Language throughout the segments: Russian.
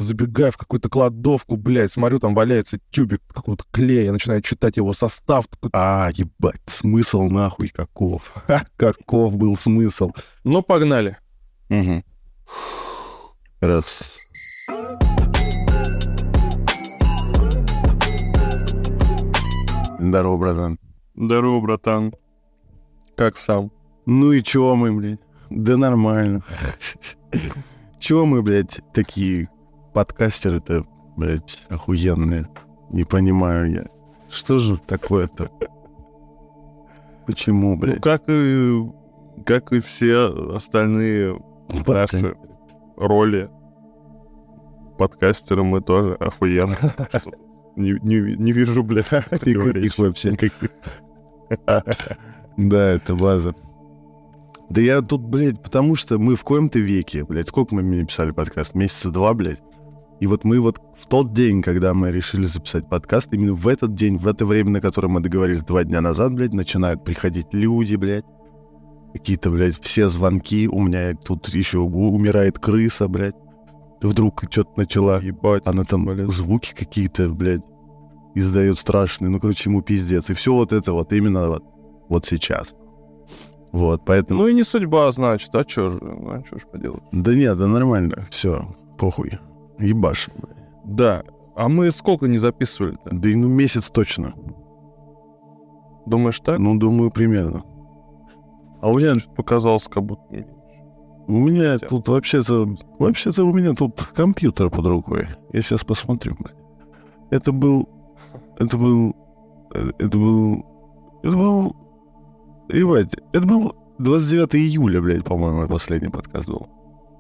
забегаю в какую-то кладовку, блядь, смотрю, там валяется тюбик какого-то клея, я начинаю читать его состав. Ебать, смысл нахуй каков. Каков был смысл. Ну, погнали. Угу. Раз. Здорово, братан. Здорово, братан. Как сам? Ну и чё мы, блядь? Да нормально. Чё мы, блядь, такие подкастеры-то, блядь, охуенные? Не понимаю я. Что же такое-то? Почему, блядь? Ну, как и все остальные наши роли подкастера, мы тоже охуенно. Не вижу, блядь, их вообще никаких. Да, это база. Да я тут, блядь, потому что мы в коем-то веке, блядь, сколько мы не писали подкаст? Месяца 2, блядь. И вот мы вот в тот день, когда мы решили записать подкаст, именно в этот день, в это время, на которое мы договорились 2 дня назад, блядь, начинают приходить люди, блядь. Какие-то, блядь, все звонки. У меня тут еще умирает крыса, блядь. Вдруг что-то начала. Ебать. Она там, блядь, звуки какие-то, блядь, издает страшные. Ну, короче, ему пиздец. И все вот это вот именно вот сейчас. Вот, поэтому... Ну и не судьба, значит. А чё ж поделать? Да нет, да нормально. Все, похуй. Ебашь, блядь. Да. А мы сколько не записывали-то? Да и ну месяц точно. Думаешь так? Ну, думаю, примерно. А у меня... Показалось, как будто... У меня тут вообще-то у меня тут компьютер под рукой. Я сейчас посмотрю, блядь. Это был, ебать, это был 29 июля, блядь, по-моему, последний подкаст был.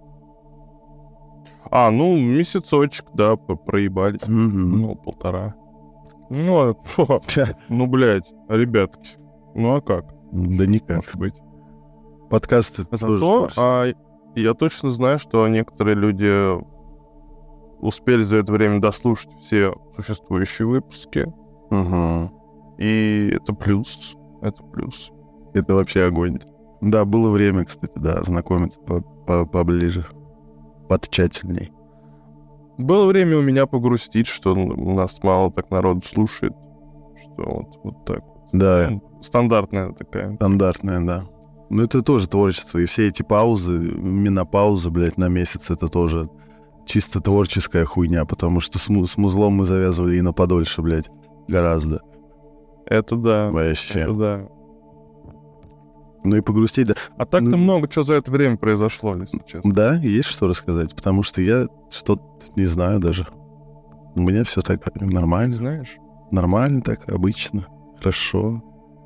Ну, месяцочек, да, проебались. Ну, 1,5. Ну, блядь, ребятки. Ну, а как? Да никак. Может быть. Подкасты тоже творчество. Я точно знаю, что некоторые люди успели за это время дослушать все существующие выпуски. Угу. И это плюс. Это плюс. Это вообще огонь. Да, было время, кстати, да, знакомиться поближе, потщательней. Было время у меня погрустить, что у нас мало так народ слушает. Что вот так вот. Да. Стандартная такая. Стандартная, да. Ну, это тоже творчество. И все эти паузы, менопаузы, блядь, на месяц, это тоже чисто творческая хуйня, потому что с музлом мы завязывали и на подольше, блядь, гораздо. Это да. Вообще. Это да. Ну и погрустить, да. А так-то много чего за это время произошло, если честно. Да, есть что рассказать, потому что я что-то не знаю даже. У меня все так нормально. Знаешь? Нормально так, обычно. Хорошо.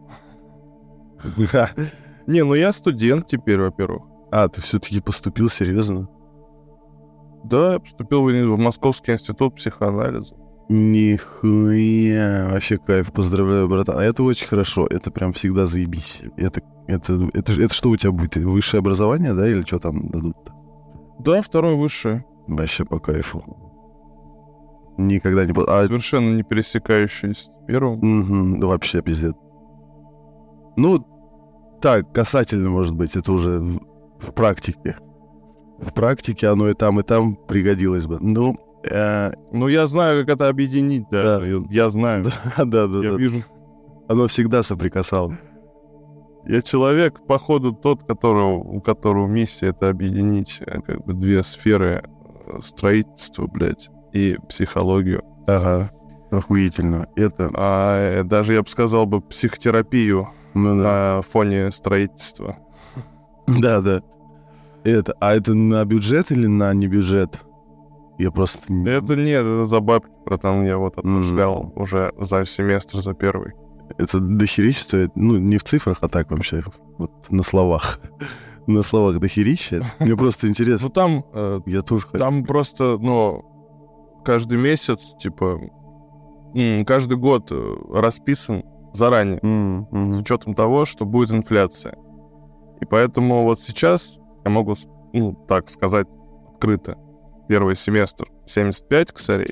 Не, ну я студент теперь, во-первых. Ты все-таки поступил серьезно? Да, я поступил в Московский институт психоанализа. Нихуя. Вообще кайф, поздравляю, братан. А это очень хорошо, это прям всегда заебись. Это что у тебя будет? Высшее образование, да, или что там дадут-то? Да, 2-е высшее. Вообще по кайфу. Никогда не... Совершенно не пересекающееся с первым. Да вообще пиздец. Ну, так, касательно, может быть, это уже в практике. В практике оно и там пригодилось бы. Ну, я знаю, как это объединить, да. Я знаю. Да. Я вижу. Оно всегда соприкасалось. Я человек, походу, тот, у которого миссия — это объединить как бы 2 сферы: строительство, блядь, и психологию. Ага, охуительно. Это... даже, я бы сказал, психотерапию на фоне строительства. Да. Это на бюджет или на не бюджет? Я просто... Это за бабки, братан, я вот отмышлял уже за семестр, за 1-й. Это дохерища стоит, ну, не в цифрах, а так вообще, вот на словах. На словах дохерища. Мне просто интересно. Ну, там... Я тоже хочу. Там просто, каждый месяц, типа, каждый год расписан заранее, с учетом того, что будет инфляция. И поэтому вот сейчас я могу, так сказать, открыто, 1-й семестр 75 косарей,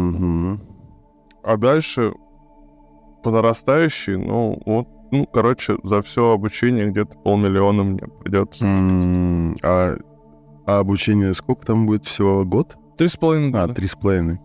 а дальше по нарастающей, за все обучение где-то 500 000 мне придется. А обучение сколько там будет всего? Год? 3,5 года. 3,5.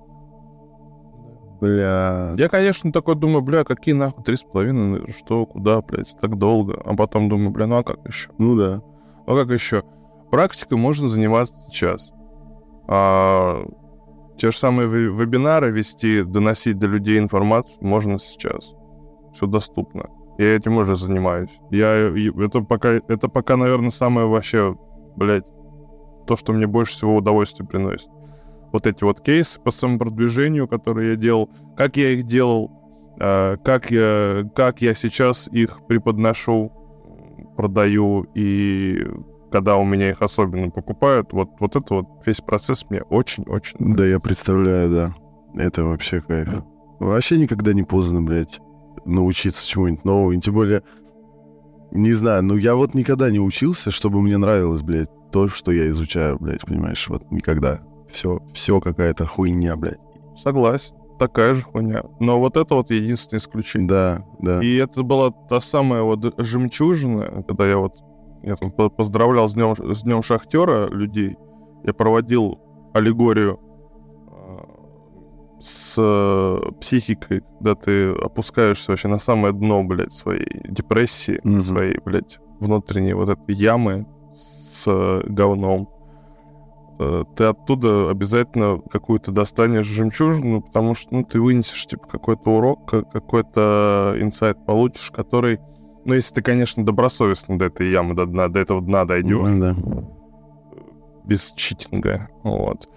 Бля. Я, конечно, такой думаю, бля, какие нахуй 3,5, что, куда, блядь, так долго. А потом думаю, бля, ну а как еще? Ну да. Ну а как еще? Практикой можно заниматься сейчас. Те же самые вебинары вести, доносить до людей информацию можно сейчас. Все доступно. Я этим уже занимаюсь. Это пока, наверное, самое вообще, блядь, то, что мне больше всего удовольствия приносит. Вот эти вот кейсы по самопродвижению, которые я делал, как я их делал, как я сейчас их преподношу, продаю, и когда у меня их особенно покупают, вот это вот весь процесс мне очень-очень нравится. Да, я представляю, да. Это вообще кайф. Вообще никогда не поздно, блядь, научиться чему-нибудь новому. И тем более, не знаю, я вот никогда не учился, чтобы мне нравилось, блядь, то, что я изучаю, блядь, понимаешь, вот никогда. Все какая-то хуйня, блядь. Согласен, такая же хуйня. Но вот это вот единственное исключение. Да, да. И это была та самая вот жемчужина, когда я тут поздравлял с днем шахтера людей. Я проводил аллегорию с психикой, когда ты опускаешься вообще на самое дно, блядь, своей депрессии, своей, блядь, внутренней вот этой ямы с говном. Ты оттуда обязательно какую-то достанешь жемчужину, потому что, ты вынесешь, типа, какой-то урок, какой-то инсайт получишь, который, если ты, конечно, добросовестно до этой ямы, до этого дна дойдешь, да. без читинга, вот.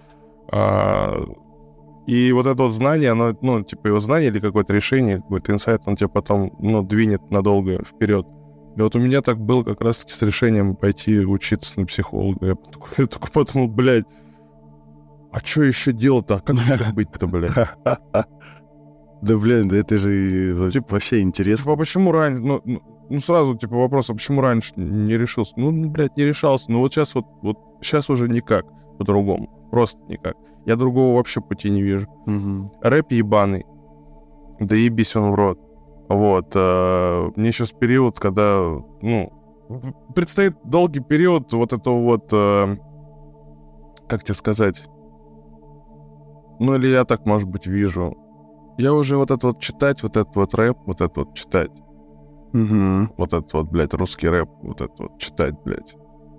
И вот это вот знание, оно, его знание или какое-то решение, какой-то инсайт, он тебя потом, двинет надолго вперед. И вот у меня так было как раз-таки с решением пойти учиться на психолога. Я только подумал, блядь, а что еще делать-то? А как еще быть-то, блядь? Да, блин, да это же вообще интересно. Типа, почему раньше? Сразу, вопрос, а почему раньше не решился? Блядь, не решался. Вот сейчас сейчас уже никак по-другому. Просто никак. Я другого вообще пути не вижу. Рэп ебаный. Да ебись он в рот. Вот. Мне сейчас период, когда, предстоит долгий период вот этого вот, как тебе сказать, или я так, может быть, вижу. Я уже вот это вот читать, вот этот вот рэп, вот это вот читать. Вот этот вот, блядь, русский рэп, вот это вот читать, блядь.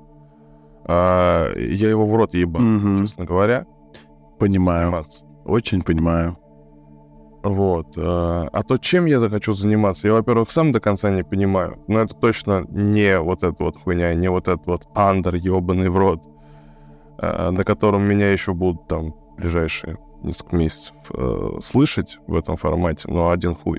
Я его в рот ебал, честно говоря. Понимаю. Очень понимаю. Вот. А то, чем я захочу заниматься, я, во-первых, сам до конца не понимаю. Но это точно не вот эта вот хуйня, не вот этот вот андер ебаный в рот, на котором меня еще будут там ближайшие несколько месяцев слышать в этом формате, но один хуй.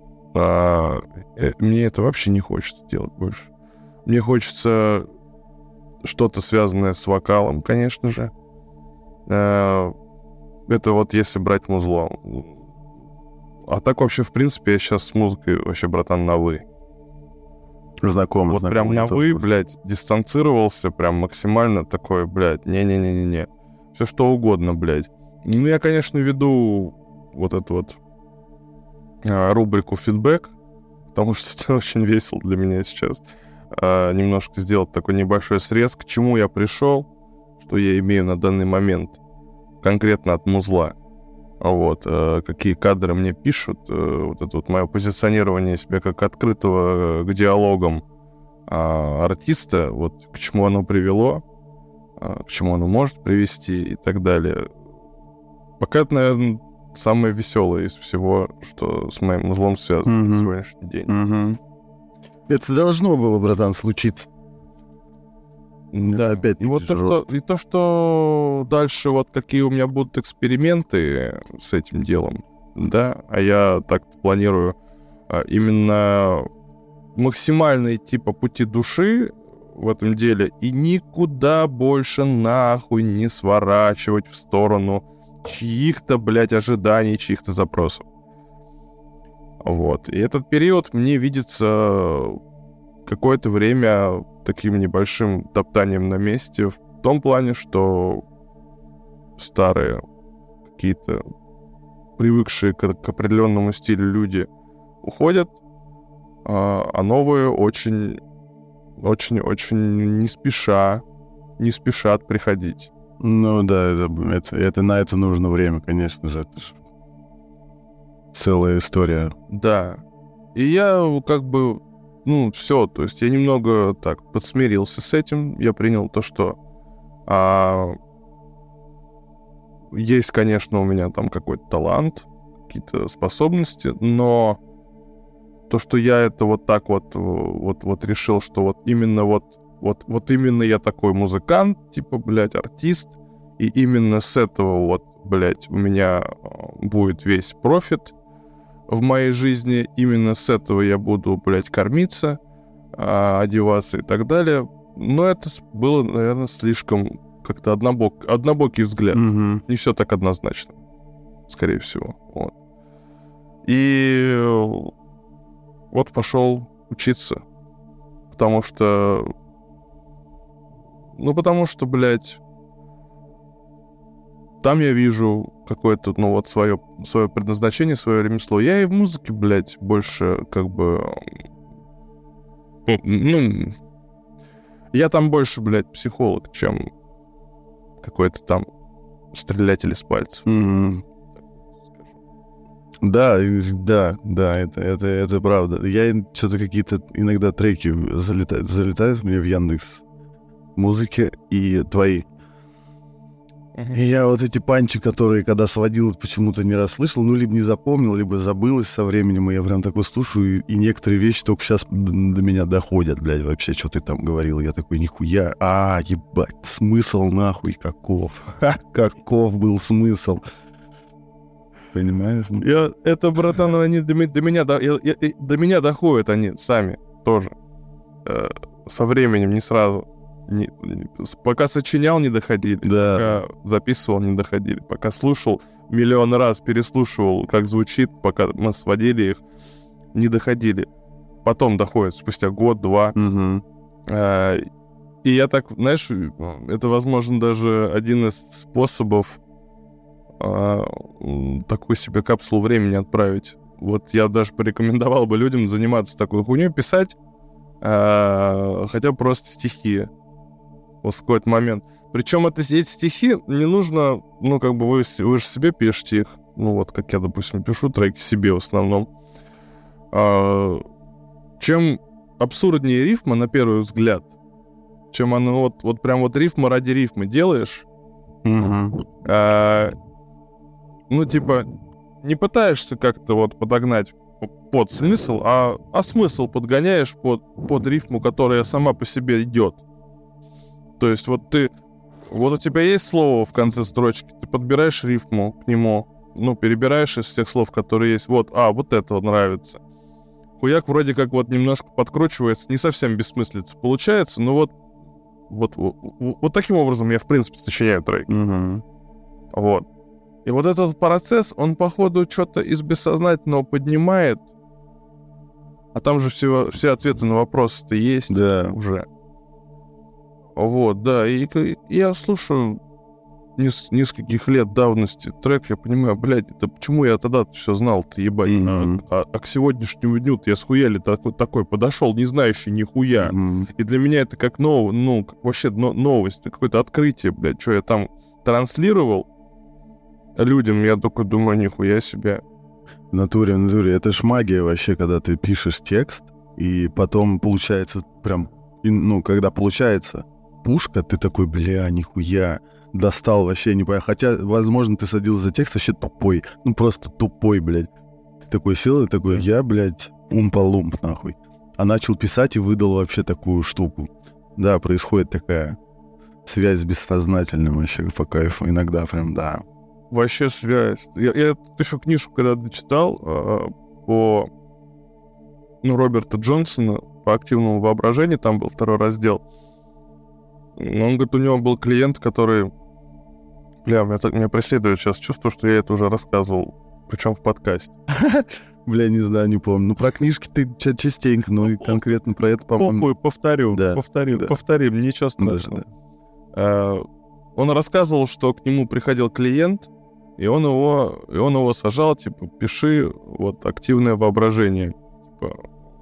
Мне это вообще не хочется делать больше. Мне хочется что-то связанное с вокалом, конечно же. Это вот если брать музло. А так вообще, в принципе, я сейчас с музыкой вообще, братан, на «вы». Знакомый. Вот прям на «вы», блядь, дистанцировался прям максимально такой, блядь, не-не-не-не-не. Все что угодно, блядь. Я, конечно, веду вот эту вот рубрику «Фидбэк», потому что это очень весело для меня сейчас. Немножко сделать такой небольшой срез, к чему я пришел, что я имею на данный момент конкретно от музла. Вот, какие кадры мне пишут, вот это вот мое позиционирование себя как открытого к диалогам артиста, вот к чему оно привело, к чему оно может привести и так далее. Пока это, наверное, самое веселое из всего, что с моим узлом связано на сегодняшний день. Это должно было, братан, случиться. Да. Опять-таки и вот то, что дальше вот какие у меня будут эксперименты с этим делом, да, а я так-то планирую именно максимально идти по пути души в этом деле и никуда больше нахуй не сворачивать в сторону чьих-то, блядь, ожиданий, чьих-то запросов. Вот. И этот период мне видится какое-то время таким небольшим топтанием на месте в том плане, что старые какие-то привыкшие к определенному стилю люди уходят, а новые очень не спешат приходить. Ну да, это на это нужно время, конечно же. Это ж целая история. Да. И я как бы, все, то есть я немного так подсмирился с этим. Я принял то, что есть, конечно, у меня там какой-то талант, какие-то способности, но то, что я это вот так вот решил, что вот именно я такой музыкант, типа, блядь, артист, и именно с этого вот, блядь, у меня будет весь профит в моей жизни, именно с этого я буду, блядь, кормиться, одеваться и так далее. Но это было, наверное, слишком как-то однобокий взгляд. Мгм. Не все так однозначно, скорее всего. Вот. И вот пошел учиться, потому что, блядь, там я вижу какое-то, свое предназначение, свое ремесло. Я и в музыке, блядь, больше как бы... Я там больше, блядь, психолог, чем какой-то там стрелятель из пальцев. Мгм. Да, это правда. Я что-то какие-то иногда треки залетают мне в Яндекс музыке и твои. Мгм. И я вот эти панчи, которые когда сводил, почему-то не расслышал, либо не запомнил, либо забылось со временем, и я прям такой слушаю, и некоторые вещи только сейчас до меня доходят, блядь, вообще, что ты там говорил. Я такой, нихуя, ебать, смысл нахуй каков. Каков был смысл. Понимаешь? Это, братан, они до меня доходят они сами тоже. Со временем, не сразу. Пока сочинял, не доходили. Да. Пока записывал, не доходили. Пока слушал, миллион раз переслушивал, как звучит, пока мы сводили их, не доходили. Потом доходит, спустя год-два. Мгм. И я так, знаешь, это, возможно, даже один из способов такую себе капсулу времени отправить. Вот я даже порекомендовал бы людям заниматься такой хуйней, писать хотя бы просто стихи. Вот в какой-то момент. Причем эти стихи не нужно, вы же себе пишете их. Вот как я, допустим, пишу треки себе в основном. Чем абсурднее рифма, на первый взгляд, чем она вот прям вот рифма ради рифмы делаешь, Мгм. не пытаешься как-то вот подогнать под смысл, а смысл подгоняешь под рифму, которая сама по себе идет. То есть вот у тебя есть слово в конце строчки, ты подбираешь рифму к нему, перебираешь из всех слов, которые есть, вот это вот нравится. Хуяк вроде как вот немножко подкручивается, не совсем бессмыслица получается, но вот таким образом я, в принципе, сочиняю треки. Мгм. Вот. И вот этот процесс, он, походу, что-то из бессознательного поднимает, а там же все ответы на вопросы-то есть Да. уже. Вот, да, и я слушаю нескольких лет давности трек, я понимаю, блядь, это почему я тогда все знал-то, ебать, Мгм. а к сегодняшнему дню я с хуяли такой подошел, не знающий нихуя. Мгм. И для меня это как как вообще новость, какое-то открытие, блядь, что я там транслировал людям, я только думаю, нихуя себе. В натуре. Это ж магия вообще, когда ты пишешь текст, и потом получается прям, когда получается пушка, ты такой, бля, нихуя, достал вообще, не понял. Хотя, возможно, ты садился за текст вообще тупой, просто тупой, блядь. Ты такой сел и такой, я, блядь, умпа-лумп, нахуй. А начал писать и выдал вообще такую штуку. Да, происходит такая связь с бессознательным вообще по кайфу иногда прям, да. Вообще связь. Я тут еще книжку когда дочитал по Роберта Джонсона по активному воображению, там был 2 раздел. Он говорит, у него был клиент, который... меня преследует сейчас чувство, что я это уже рассказывал, причем в подкасте. Бля, не знаю, не помню. Про книжки ты частенько, но и конкретно про это, по-моему... Похуй, повторю, Да. повторим, ничего страшного. Он рассказывал, что к нему приходил клиент, и он его сажал, типа, пиши вот активное воображение.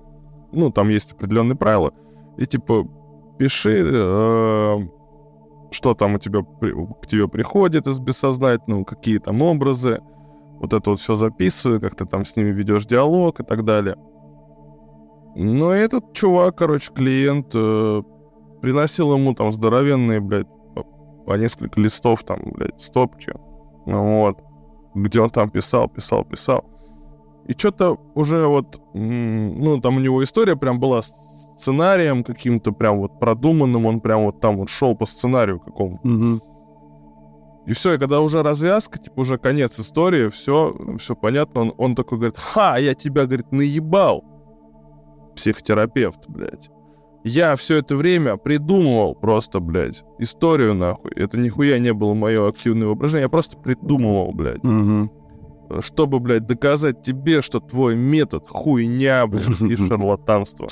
Типа, там есть определенные правила. И типа, пиши что там к тебе приходит из бессознательного, какие там образы. Вот это вот все записываю, как ты там с ними ведешь диалог и так далее. Но этот чувак, короче, клиент, приносил ему там здоровенные, блядь, по несколько листов там, блядь, стопки. Вот. Где он там писал. И что-то уже вот, там у него история прям была с сценарием каким-то прям вот продуманным, он прям вот там вот шел по сценарию какому-то. И все, и когда уже развязка, типа уже конец истории, все понятно, он такой говорит: «Ха, я тебя, говорит, наебал, психотерапевт, блядь. Я все это время придумывал просто, блядь, историю, нахуй. Это нихуя не было мое активное воображение, я просто придумывал, блядь. Чтобы, блядь, доказать тебе, что твой метод хуйня, блядь, и шарлатанство».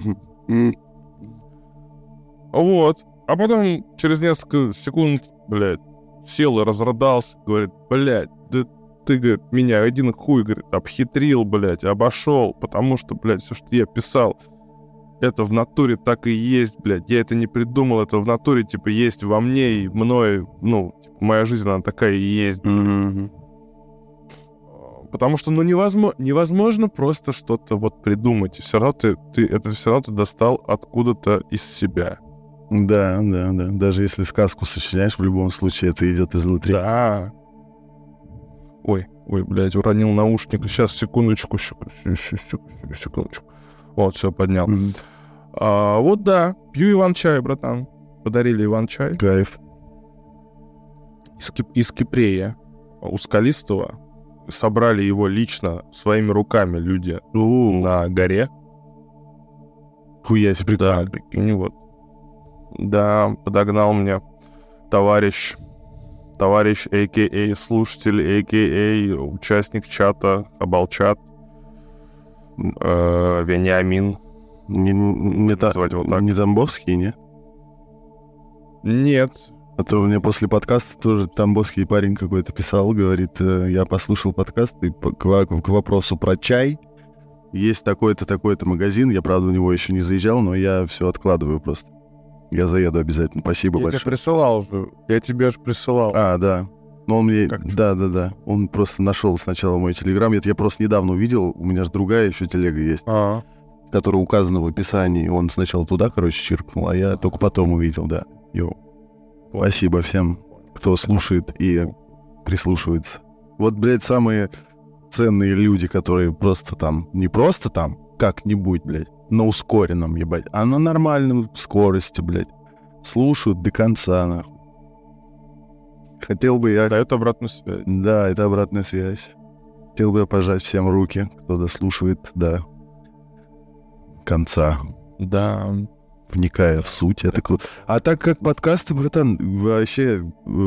Вот. А потом через несколько секунд, блядь, сел и разрыдался, говорит: «Блядь, да ты, говорит, меня один хуй, говорит, обхитрил, блядь, обошел, потому что, блядь, все, что я писал, это в натуре так и есть, блядь. Я это не придумал, это в натуре, типа, есть во мне и мной, типа, моя жизнь, она такая и есть». Потому что, невозможно просто что-то вот придумать. И все равно ты достал откуда-то из себя. Да. Даже если сказку сочиняешь, в любом случае это идет изнутри. Да. Ой, блядь, уронил наушник. Сейчас, секундочку. Вот, все, поднял. Вот да, пью Иван-чай, братан. Подарили Иван-чай. Кайф. Из Кипрея, у Скалистого. Собрали его лично своими руками люди на горе. Хуя себе, прикольно. Да, прикинь, вот. Да, подогнал мне товарищ, а.к.а. слушатель, а.к.а. участник чата, Абалчат, Вениамин. Называть его так. Не Тамбовский, не? Нет. А то мне после подкаста тоже тамбовский парень какой-то писал, говорит: я послушал подкаст, и к вопросу про чай есть такой-то, такой-то магазин. Я, правда, в него еще не заезжал, но я все откладываю просто. Я заеду обязательно. Спасибо большое. Я тебе присылал же. Я тебе же присылал. А, да. Но он мне... Да. Он просто нашел сначала мой телеграм. Я просто недавно увидел. У меня же другая еще телега есть, которая указана в описании. Он сначала туда, короче, чиркнул, а я только потом увидел, да. Спасибо всем, кто слушает и прислушивается. Вот, блядь, самые ценные люди, которые просто там... Не просто там, как-нибудь, блядь, на ускоренном, ебать, а на нормальном скорости, блядь. Слушают до конца, нахуй. Хотел бы я... Дает обратную связь. Да, это обратная связь. Хотел бы я пожать всем руки, кто дослушивает до конца. Да. Вникая в суть, это круто. А так как подкасты, братан, вообще,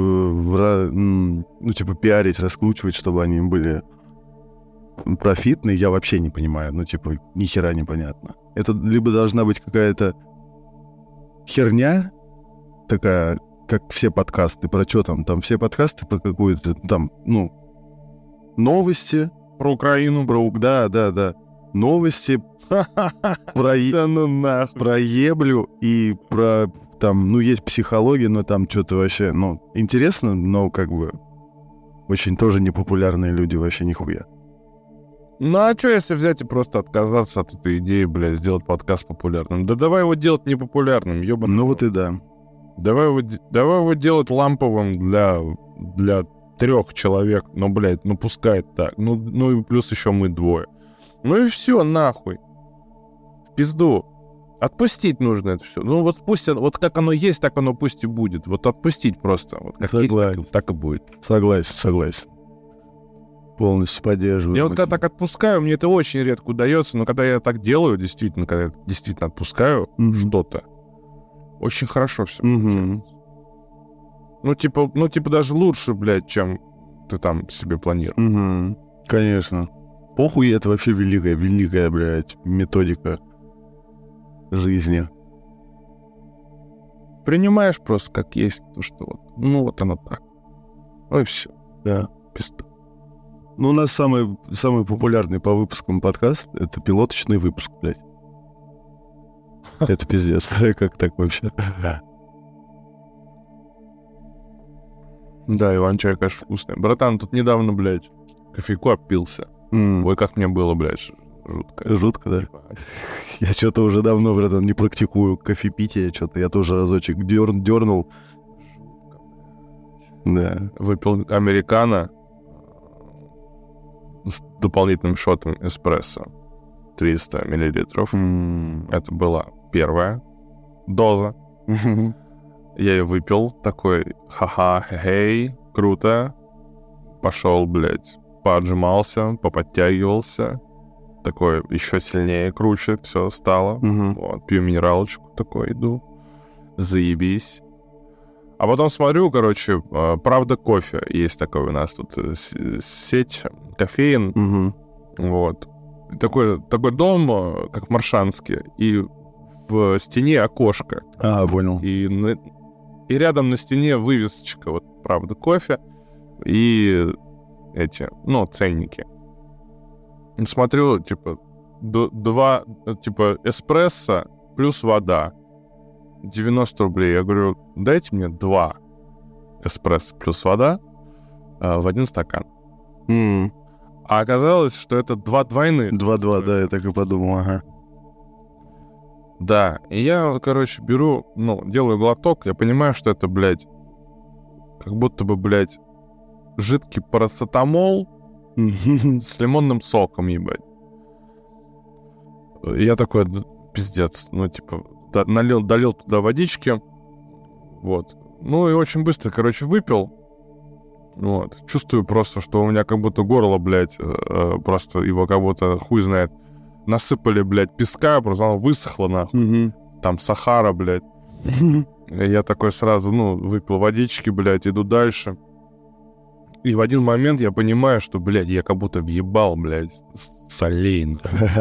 пиарить, раскручивать, чтобы они были профитные, я вообще не понимаю. Ни хера непонятно. Это либо должна быть какая-то херня такая, как все подкасты. Про что там? Там все подкасты про какую-то там, новости. Про Украину. Да. Новости про еблю и про там, есть психология, но там что-то вообще, интересно, но как бы очень тоже непопулярные люди вообще нихуя. А что, если взять и просто отказаться от этой идеи, блядь, сделать подкаст популярным? Да давай его делать непопулярным, ёбаный. Вот и да. Давай его делать ламповым для 3 человек, блядь, пускай так. И плюс еще мы 2. И все, нахуй. В пизду. Отпустить нужно это все. Пусть, вот как оно есть, так оно пусть и будет. Вот отпустить просто. Вот как согласен. Есть, так и будет. Согласен. Полностью поддерживаю. Я когда так отпускаю, мне это очень редко удается, но когда я так делаю, действительно, когда я действительно отпускаю что-то, очень хорошо все получается. Даже лучше, блядь, чем ты там себе планировал. Конечно. Похуй, это вообще великая, блядь, методика жизни. Принимаешь просто как есть, то, что вот оно так. И все. Да. Пизда. У нас самый популярный по выпускам подкаст — это пилоточный выпуск, блядь. Это пиздец. Как так вообще? Да, Иван-чай, конечно, вкусный. Братан, тут недавно, блядь, кофейку опился. Ой, как мне было, блядь, жутко. Жутко, да? Я что-то уже давно, братан, не практикую кофепитие, что-то я тоже разочек дернул. Да. Выпил американо с дополнительным шотом эспрессо. 300 миллилитров. Это была первая доза. Я ее выпил, такой, ха-ха, хей, круто. Пошел, блядь, поотжимался, поподтягивался. Такой еще сильнее, круче все стало. Вот, пью минералочку, такой иду. Заебись. А потом смотрю, короче, «Правда кофе». Есть такой у нас тут сеть, кофеин. Вот. Такой дом, как в Маршанске, и в стене окошко. Понял. И рядом на стене вывесочка, вот, «Правда кофе», и эти, ценники. Смотрю, типа, два, типа, эспрессо плюс вода. 90 рублей. Я говорю, дайте мне 2 эспрессо плюс вода в один стакан. А оказалось, что это 2 двойных. 2-2, да, я так и подумал, ага. Да, и я, короче, беру, делаю глоток, я понимаю, что это, блядь, как будто бы, блядь, жидкий парацетамол с лимонным соком, ебать. И я такой, пиздец, долил туда водички, вот. И очень быстро, короче, выпил. Вот. Чувствую просто, что у меня как будто горло, блядь, просто его как будто, хуй знает, насыпали, блядь, песка, просто оно высохло, нахуй. Там Сахара, блядь. И я такой сразу, выпил водички, блядь, иду дальше. И в один момент я понимаю, что, блядь, я как будто въебал, блядь, солей.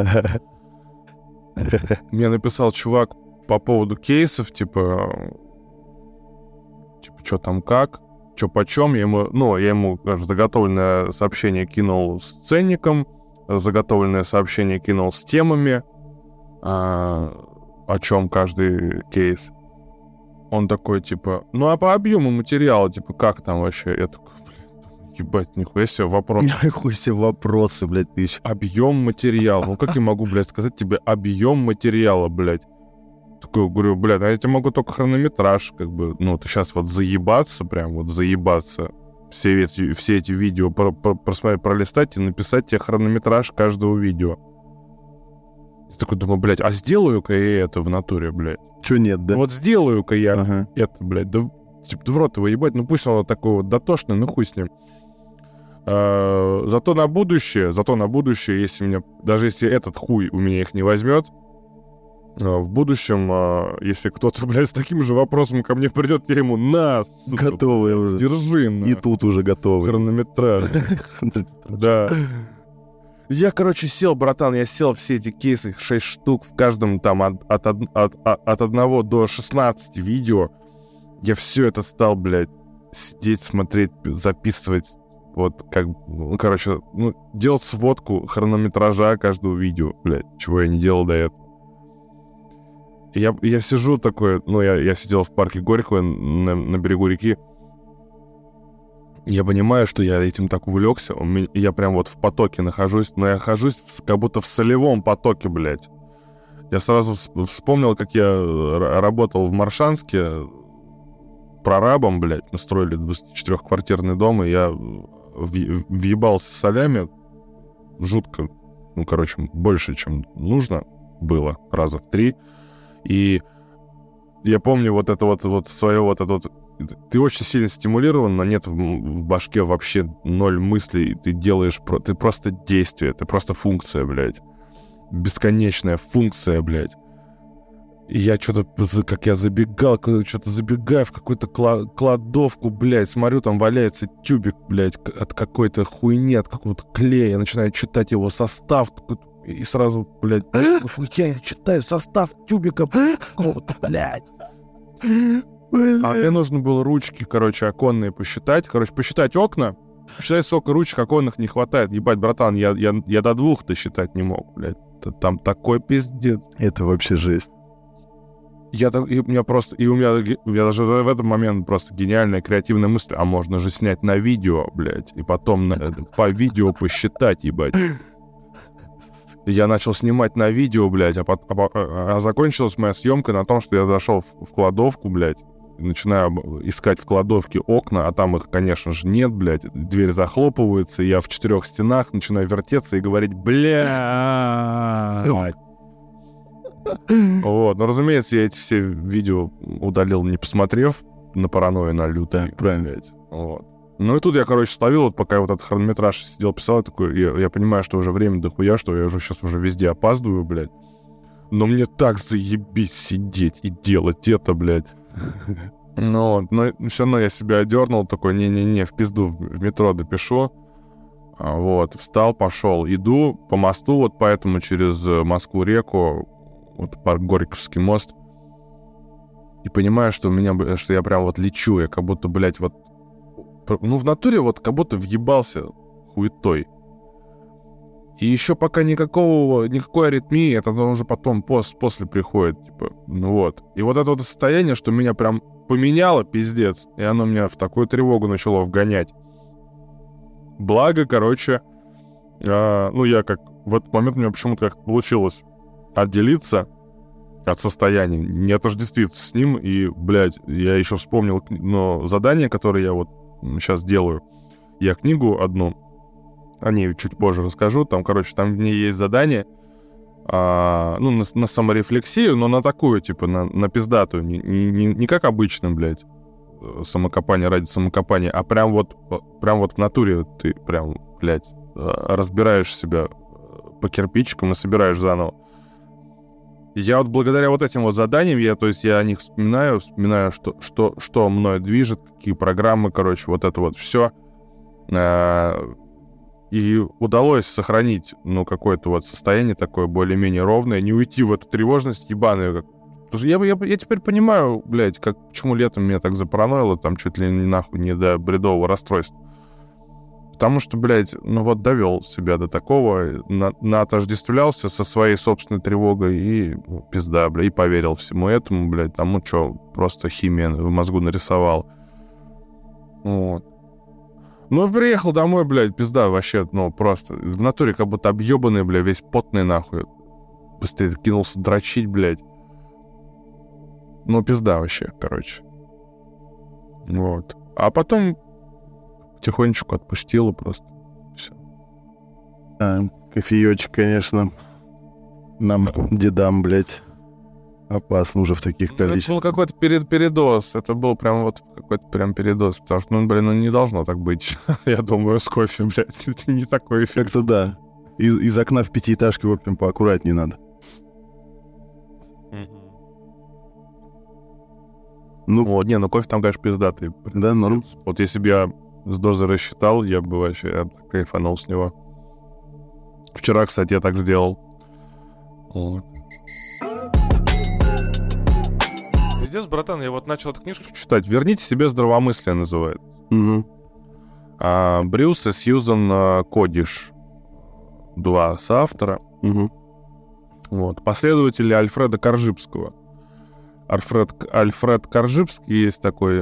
Мне написал чувак по поводу кейсов, типа, что там как, что почем. Я ему заготовленное сообщение кинул с ценником, заготовленное сообщение кинул с темами, о чем каждый кейс. Он такой, типа, а по объему материала, типа, как там вообще? Я такой, блядь, ебать, нихуя себе вопрос. Нихуя себе вопросы, блядь, ты еще. Объем материала. Как я могу, блядь, сказать тебе объем материала, блядь? Такой, говорю, блядь, я тебе могу только хронометраж, как бы, ты сейчас вот заебаться, прям вот заебаться, все эти видео просмотреть, пролистать и написать тебе хронометраж каждого видео. Я такой думаю, блядь, а сделаю-ка я это в натуре, блядь? Чё нет, да? Вот сделаю-ка я это, блядь, да в рот его ебать, пусть он такой вот дотошный, хуй с ним. Зато на будущее, даже если этот хуй у меня их не возьмет, в будущем, если кто-то, блядь, с таким же вопросом ко мне придет, я ему сука, готовые уже. Держи, И тут уже готовы. Хронометраж. Да. Я, короче, сел, братан, все эти кейсы, 6 штук, в каждом там от 1 до 16 видео. Я все это стал, блядь, сидеть, смотреть, записывать. Вот как, делать сводку хронометража каждого видео, блядь, чего я не делал до этого. И я сижу такой, я сидел в парке Горького на берегу реки. Я понимаю, что я этим так увлекся, я прям вот в потоке нахожусь, но я нахожусь как будто в солевом потоке, блядь. Я сразу вспомнил, как я работал в Маршанске прорабом, блядь, настроили 24-квартирный дом, и я въебался солями жутко, больше, чем нужно было, раза в 3. И я помню вот это вот свое вот это вот. Ты очень сильно стимулирован, но нет в башке вообще 0 мыслей. Ты делаешь, ты просто действие, ты просто функция, блядь. Бесконечная функция, блядь. И я как я забегаю в какую-то кладовку, блядь, смотрю, там валяется тюбик, блядь, от какой-то хуйни, от какого-то клея. Я начинаю читать его состав, и сразу, блядь, я читаю состав тюбика какого-то, блядь. А мне нужно было ручки, оконные посчитать. Посчитать окна. Посчитать, сколько ручек оконных не хватает. Ебать, братан, я до 2 досчитать не мог, блядь. Там такой пиздец. Это вообще жесть. у меня даже в этот момент просто гениальная креативная мысль, а можно же снять на видео, блядь, и потом по видео посчитать, ебать. Я начал снимать на видео, блядь, а закончилась моя съемка на том, что я зашел в кладовку, блядь, начинаю искать в кладовке окна, а там их, конечно же, нет, блядь, дверь захлопывается, и я в 4 стенах начинаю вертеться и говорить, блядь. Вот, но, разумеется, я эти все видео удалил, не посмотрев, на паранойю, на лютую. Так, правильно. Блядь. Вот. Ну и тут я, короче, словил, вот пока я вот этот хронометраж сидел, писал, такой, я понимаю, что уже время дохуя, что я уже сейчас уже везде опаздываю, блядь. Но мне так заебись сидеть и делать это, блядь. Но все равно я себя одернул, такой, не-не-не, в пизду в метро допишу. Вот, встал, пошел. Иду по мосту, вот поэтому через Москву-реку, вот парк Горьковский мост, и понимаю, что что я прям вот лечу, я как будто, блядь, вот, ну, в натуре вот как будто въебался хуетой. И еще пока никакой аритмии, это уже потом после приходит, типа, ну вот. И вот это вот состояние, что меня прям поменяло, пиздец, и оно меня в такую тревогу начало вгонять. Благо, короче, я как... В этот момент у меня почему-то как-то получилось отделиться от состояния, не отождествиться с ним, и, блядь, я еще вспомнил задание, которое я вот сейчас делаю. Я книгу одну, о ней чуть позже расскажу, там, короче, там в ней есть задание, на саморефлексию, но на такую, типа, на пиздатую, не как обычно, блядь, самокопание ради самокопания, а прям вот в натуре ты прям, блядь, разбираешь себя по кирпичикам и собираешь заново. Я вот благодаря вот этим вот заданиям, я о них вспоминаю, что мной движет, какие программы, короче, вот это вот все. И удалось сохранить, какое-то вот состояние такое более-менее ровное, не уйти в эту тревожность ебаную. Потому что я теперь понимаю, блядь, почему летом меня так запараноило, там чуть ли нахуй не до бредового расстройства. Потому что, блядь, довел себя до такого, отождествлялся со своей собственной тревогой и пизда, блядь, и поверил всему этому, блядь, тому, что просто химия в мозгу нарисовал. Вот. Приехал домой, блядь, пизда вообще, просто в натуре как будто объебанный, блядь, весь потный нахуй. Быстрее кинулся дрочить, блядь. Пизда вообще, короче. Вот. А потом потихонечку отпустила просто. Все. Кофеечек, конечно, нам, дедам, блядь, опасно уже в таких количествах. Это был какой-то передоз. Это был прям вот какой-то прям передоз. Потому что, не должно так быть. Я думаю, с кофе, блядь. Это не такой эффект. Как-то да. Из окна в пятиэтажке, в общем, поаккуратнее надо. Кофе там, конечно, пиздатый. Да, норм. Вот если бы я с дозы рассчитал, я бы вообще кайфанул с него. Вчера, кстати, я так сделал. Вот. Пиздец, братан, я вот начал эту книжку читать. «Верните себе здравомыслие» называется. Угу. Брюс и Сьюзан Кодиш. 2 соавтора. Угу. Вот. Последователи Альфреда Коржибского. Альфред Коржибский есть такой...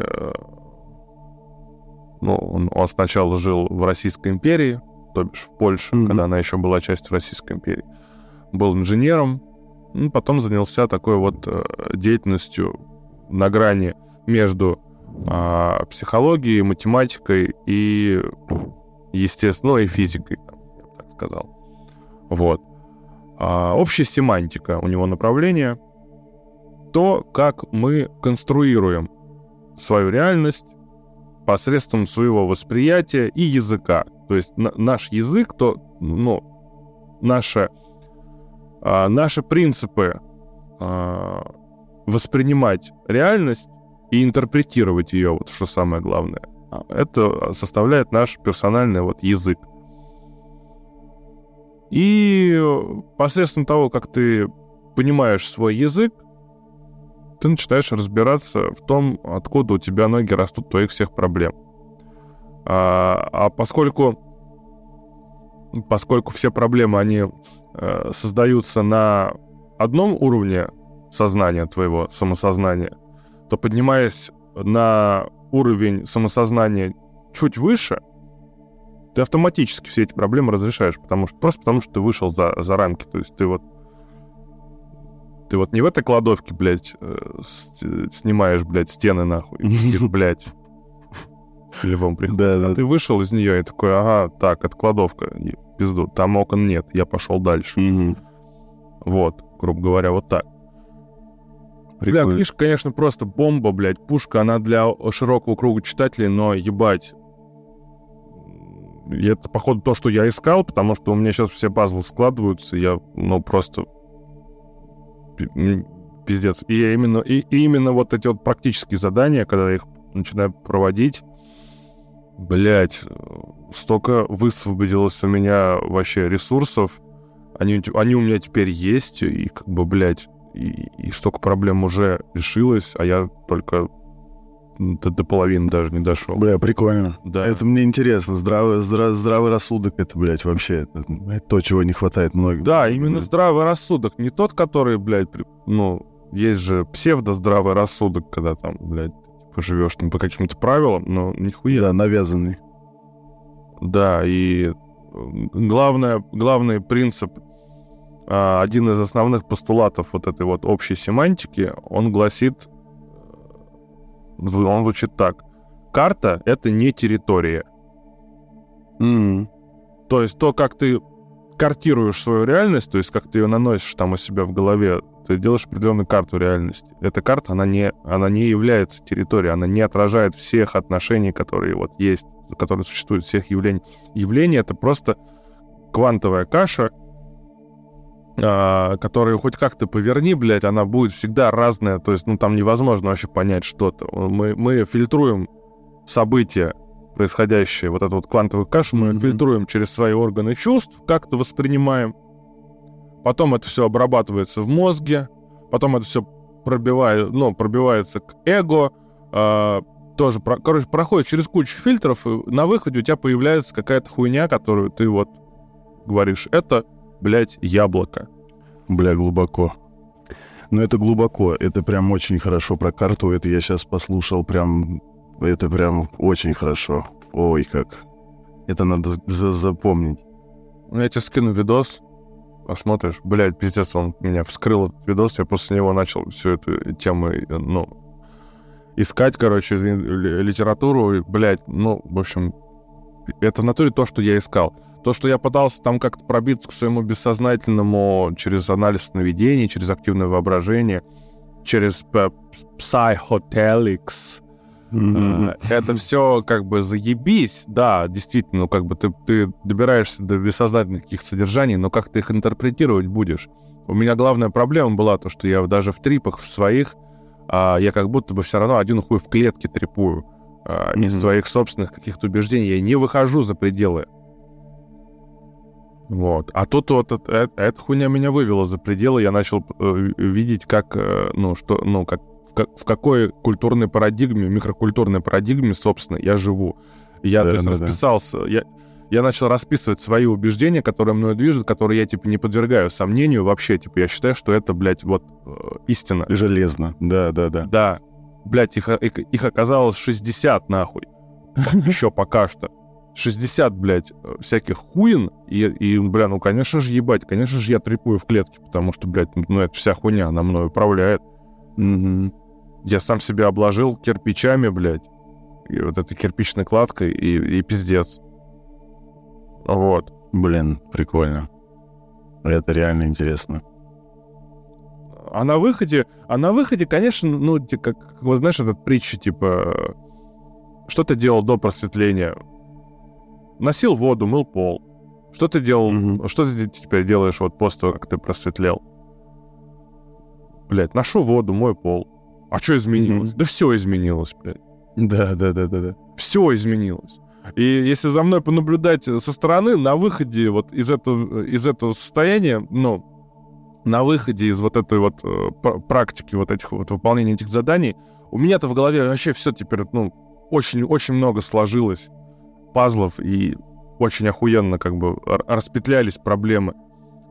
он сначала жил в Российской империи, то бишь в Польше, когда она еще была частью Российской империи. Был инженером, потом занялся такой вот деятельностью на грани между психологией, математикой и, естественно, и физикой, я бы так сказал. Вот. Общая семантика у него направление. То, как мы конструируем свою реальность посредством своего восприятия и языка. То есть наш язык, наши принципы воспринимать реальность и интерпретировать ее, вот что самое главное, это составляет наш персональный язык. И посредством того, как ты понимаешь свой язык, ты начинаешь разбираться в том, откуда у тебя ноги растут твоих всех проблем. Поскольку все проблемы, они создаются на одном уровне сознания твоего, самосознания, то, поднимаясь на уровень самосознания чуть выше, ты автоматически все эти проблемы разрешаешь, просто потому что ты вышел за рамки. То есть ты вот не в этой кладовке, блядь, снимаешь, блядь, стены нахуй, и, блядь, в филевом приходе. Ты вышел из нее и такой, ага, так, это кладовка, пизду, там окон нет, я пошел дальше. Вот, грубо говоря, вот так. Бля, книжка, конечно, просто бомба, блядь, пушка, она для широкого круга читателей, но, ебать, и это, походу, то, что я искал, потому что у меня сейчас все пазлы складываются, и я, просто пиздец. И именно вот эти вот практические задания, когда я их начинаю проводить, блядь, столько высвободилось у меня вообще ресурсов, они у меня теперь есть, и как бы, блядь, и столько проблем уже решилось, а я только до половины даже не дошел. Бля, прикольно. Да. Это мне интересно. Здравый рассудок, это, блядь, вообще это то, чего не хватает многим. Да, именно здравый рассудок. Не тот, который, блядь, есть же псевдоздравый рассудок, когда там, блядь, живешь по каким-то правилам, но нихуя. Да, навязанный. Да, и главный принцип, один из основных постулатов вот этой вот общей семантики, он гласит, он звучит так. Карта — это не территория. То есть то, как ты картируешь свою реальность, то есть как ты ее наносишь там у себя в голове, ты делаешь определенную карту реальности. Эта карта, она не является территорией, она не отражает всех отношений, которые вот есть, которые существуют, всех явлений. Явление — это просто квантовая каша, которую хоть как-то поверни, блядь, она будет всегда разная, то есть, там невозможно вообще понять что-то. Мы фильтруем события, происходящие, вот эту вот квантовую кашу, мы фильтруем через свои органы чувств, как-то воспринимаем. Потом это все обрабатывается в мозге, потом это все пробивается к эго, тоже, проходит через кучу фильтров, и на выходе у тебя появляется какая-то хуйня, которую ты вот говоришь, это, блядь, яблоко. Бля, глубоко. Но это глубоко, это прям очень хорошо про карту, это я сейчас послушал, это прям очень хорошо. Ой, как. Это надо запомнить. Я тебе скину видос, посмотришь. Блядь, пиздец, он меня вскрыл этот видос, я после него начал всю эту тему, искать, короче, литературу, блядь, в общем, это в натуре то, что я искал. То, что я пытался там как-то пробиться к своему бессознательному через анализ сновидений, через активное воображение, через psychedelics, это все как бы заебись, да, действительно, как бы ты добираешься до бессознательных каких-то содержаний, но как ты их интерпретировать будешь? У меня главная проблема была то, что я даже в трипах в своих, я как будто бы все равно один хуй в клетке трипую. Из своих собственных каких-то убеждений я не выхожу за пределы. Вот. А тут вот эта хуйня меня вывела за пределы, я начал видеть, как, в какой культурной парадигме, микрокультурной парадигме, собственно, я живу. Я расписался, я начал расписывать свои убеждения, которые мною движут, которые я, не подвергаю сомнению вообще, я считаю, что это, блядь, вот истина. Железно, да. Да, блядь, их оказалось 60, нахуй, еще пока что. 60, блядь, всяких хуин, и, бля, конечно же, ебать, конечно же, я трепую в клетке, потому что, блядь, это вся хуйня, она мной управляет. Я сам себя обложил кирпичами, блядь, и вот этой кирпичной кладкой, и пиздец. Вот. Блин, прикольно. Это реально интересно. А на выходе, конечно, как вот знаешь, этот притча, что ты делал до просветления? Носил воду, мыл пол. Что ты делал? Что ты теперь делаешь вот после того, как ты просветлел? Блядь, ношу воду, мою пол. А что изменилось? Да все изменилось, блядь. Да. Все изменилось. И если за мной понаблюдать со стороны, на выходе вот из этого состояния, на выходе из вот этой вот практики, вот этих вот выполнения этих заданий, у меня-то в голове вообще все теперь, очень много сложилось пазлов, и очень охуенно как бы распетлялись проблемы.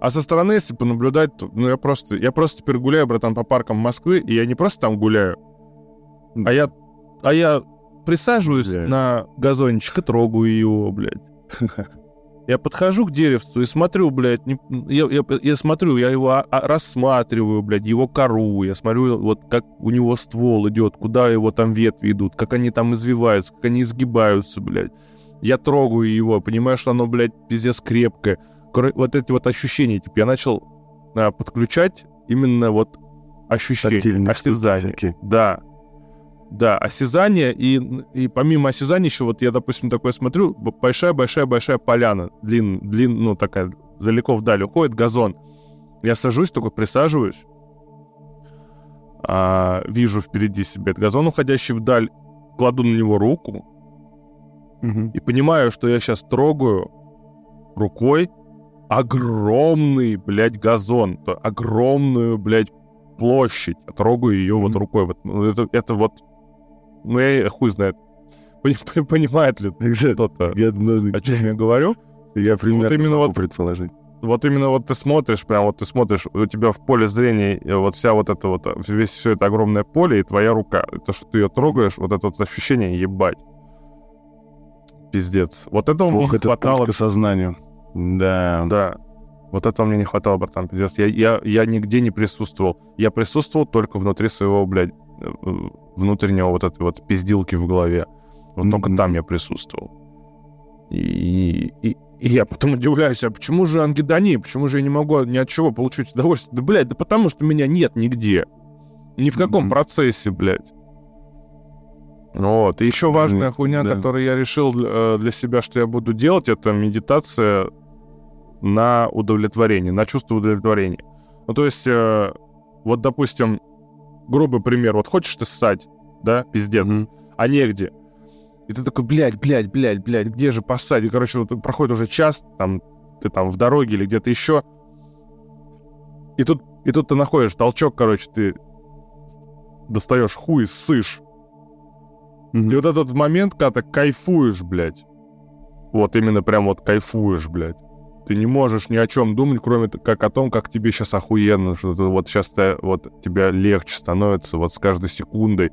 А со стороны, если понаблюдать, то, я просто теперь гуляю, братан, по паркам Москвы, и я не просто там гуляю, а я присаживаюсь на газончик и трогаю его, блядь. Я подхожу к деревцу и смотрю, блядь, я смотрю, я его рассматриваю, блядь, его кору, я смотрю, вот как у него ствол идет, куда его там ветви идут, как они там извиваются, как они изгибаются, блядь. Я трогаю его, понимаю, что оно, блядь, пиздец крепкое. Вот эти вот ощущения, типа, я начал подключать именно вот ощущения, осязание. Да, осязание, и помимо осязания еще, вот я, допустим, такое смотрю, большая-большая поляна, ну, такая, далеко вдаль уходит, газон. Я сажусь, такой присаживаюсь, вижу впереди себя этот газон, уходящий вдаль, кладу на него руку, и понимаю, что я сейчас трогаю рукой огромный, блядь, газон, огромную, блядь, площадь, трогаю ее вот рукой. Вот, это вот, ну, я хуй знает, понимает ли кто-то, о чем я говорю. Я примерно вот именно могу вот предположить. Вот именно вот ты смотришь, у тебя в поле зрения вот вся вот это вот, все это огромное поле и твоя рука. И то, что ты ее трогаешь, вот это вот ощущение, ебать. Пиздец. Вот этого мне не хватало. К сознанию. Да. Да. Вот этого мне не хватало, братан, пиздец. Я нигде не присутствовал. Я присутствовал только внутри своего, блядь, внутреннего вот этой вот пиздилки в голове. Вот только там я присутствовал. И я потом удивляюсь, а почему же ангидония? Почему же я не могу ни от чего получить удовольствие? Да, блядь, да потому что меня нет нигде. Ни в каком процессе, блядь. Вот. И еще важная хуйня, которую я решил для себя, что я буду делать, это медитация на удовлетворение, на чувство удовлетворения. Ну, то есть, вот, допустим, грубый пример. Вот хочешь ты ссать, да, пиздец, а негде. И ты такой, блядь, где же поссать? И, короче, вот проходит уже час, там, ты там в дороге или где-то еще. И тут ты находишь толчок, короче, ты достаешь хуй и ссышь. И вот этот момент, когда ты кайфуешь, блядь. Вот именно прям вот кайфуешь, блядь. Ты не можешь ни о чем думать, кроме как о том, как тебе сейчас охуенно, что вот сейчас вот тебе легче становится вот с каждой секундой.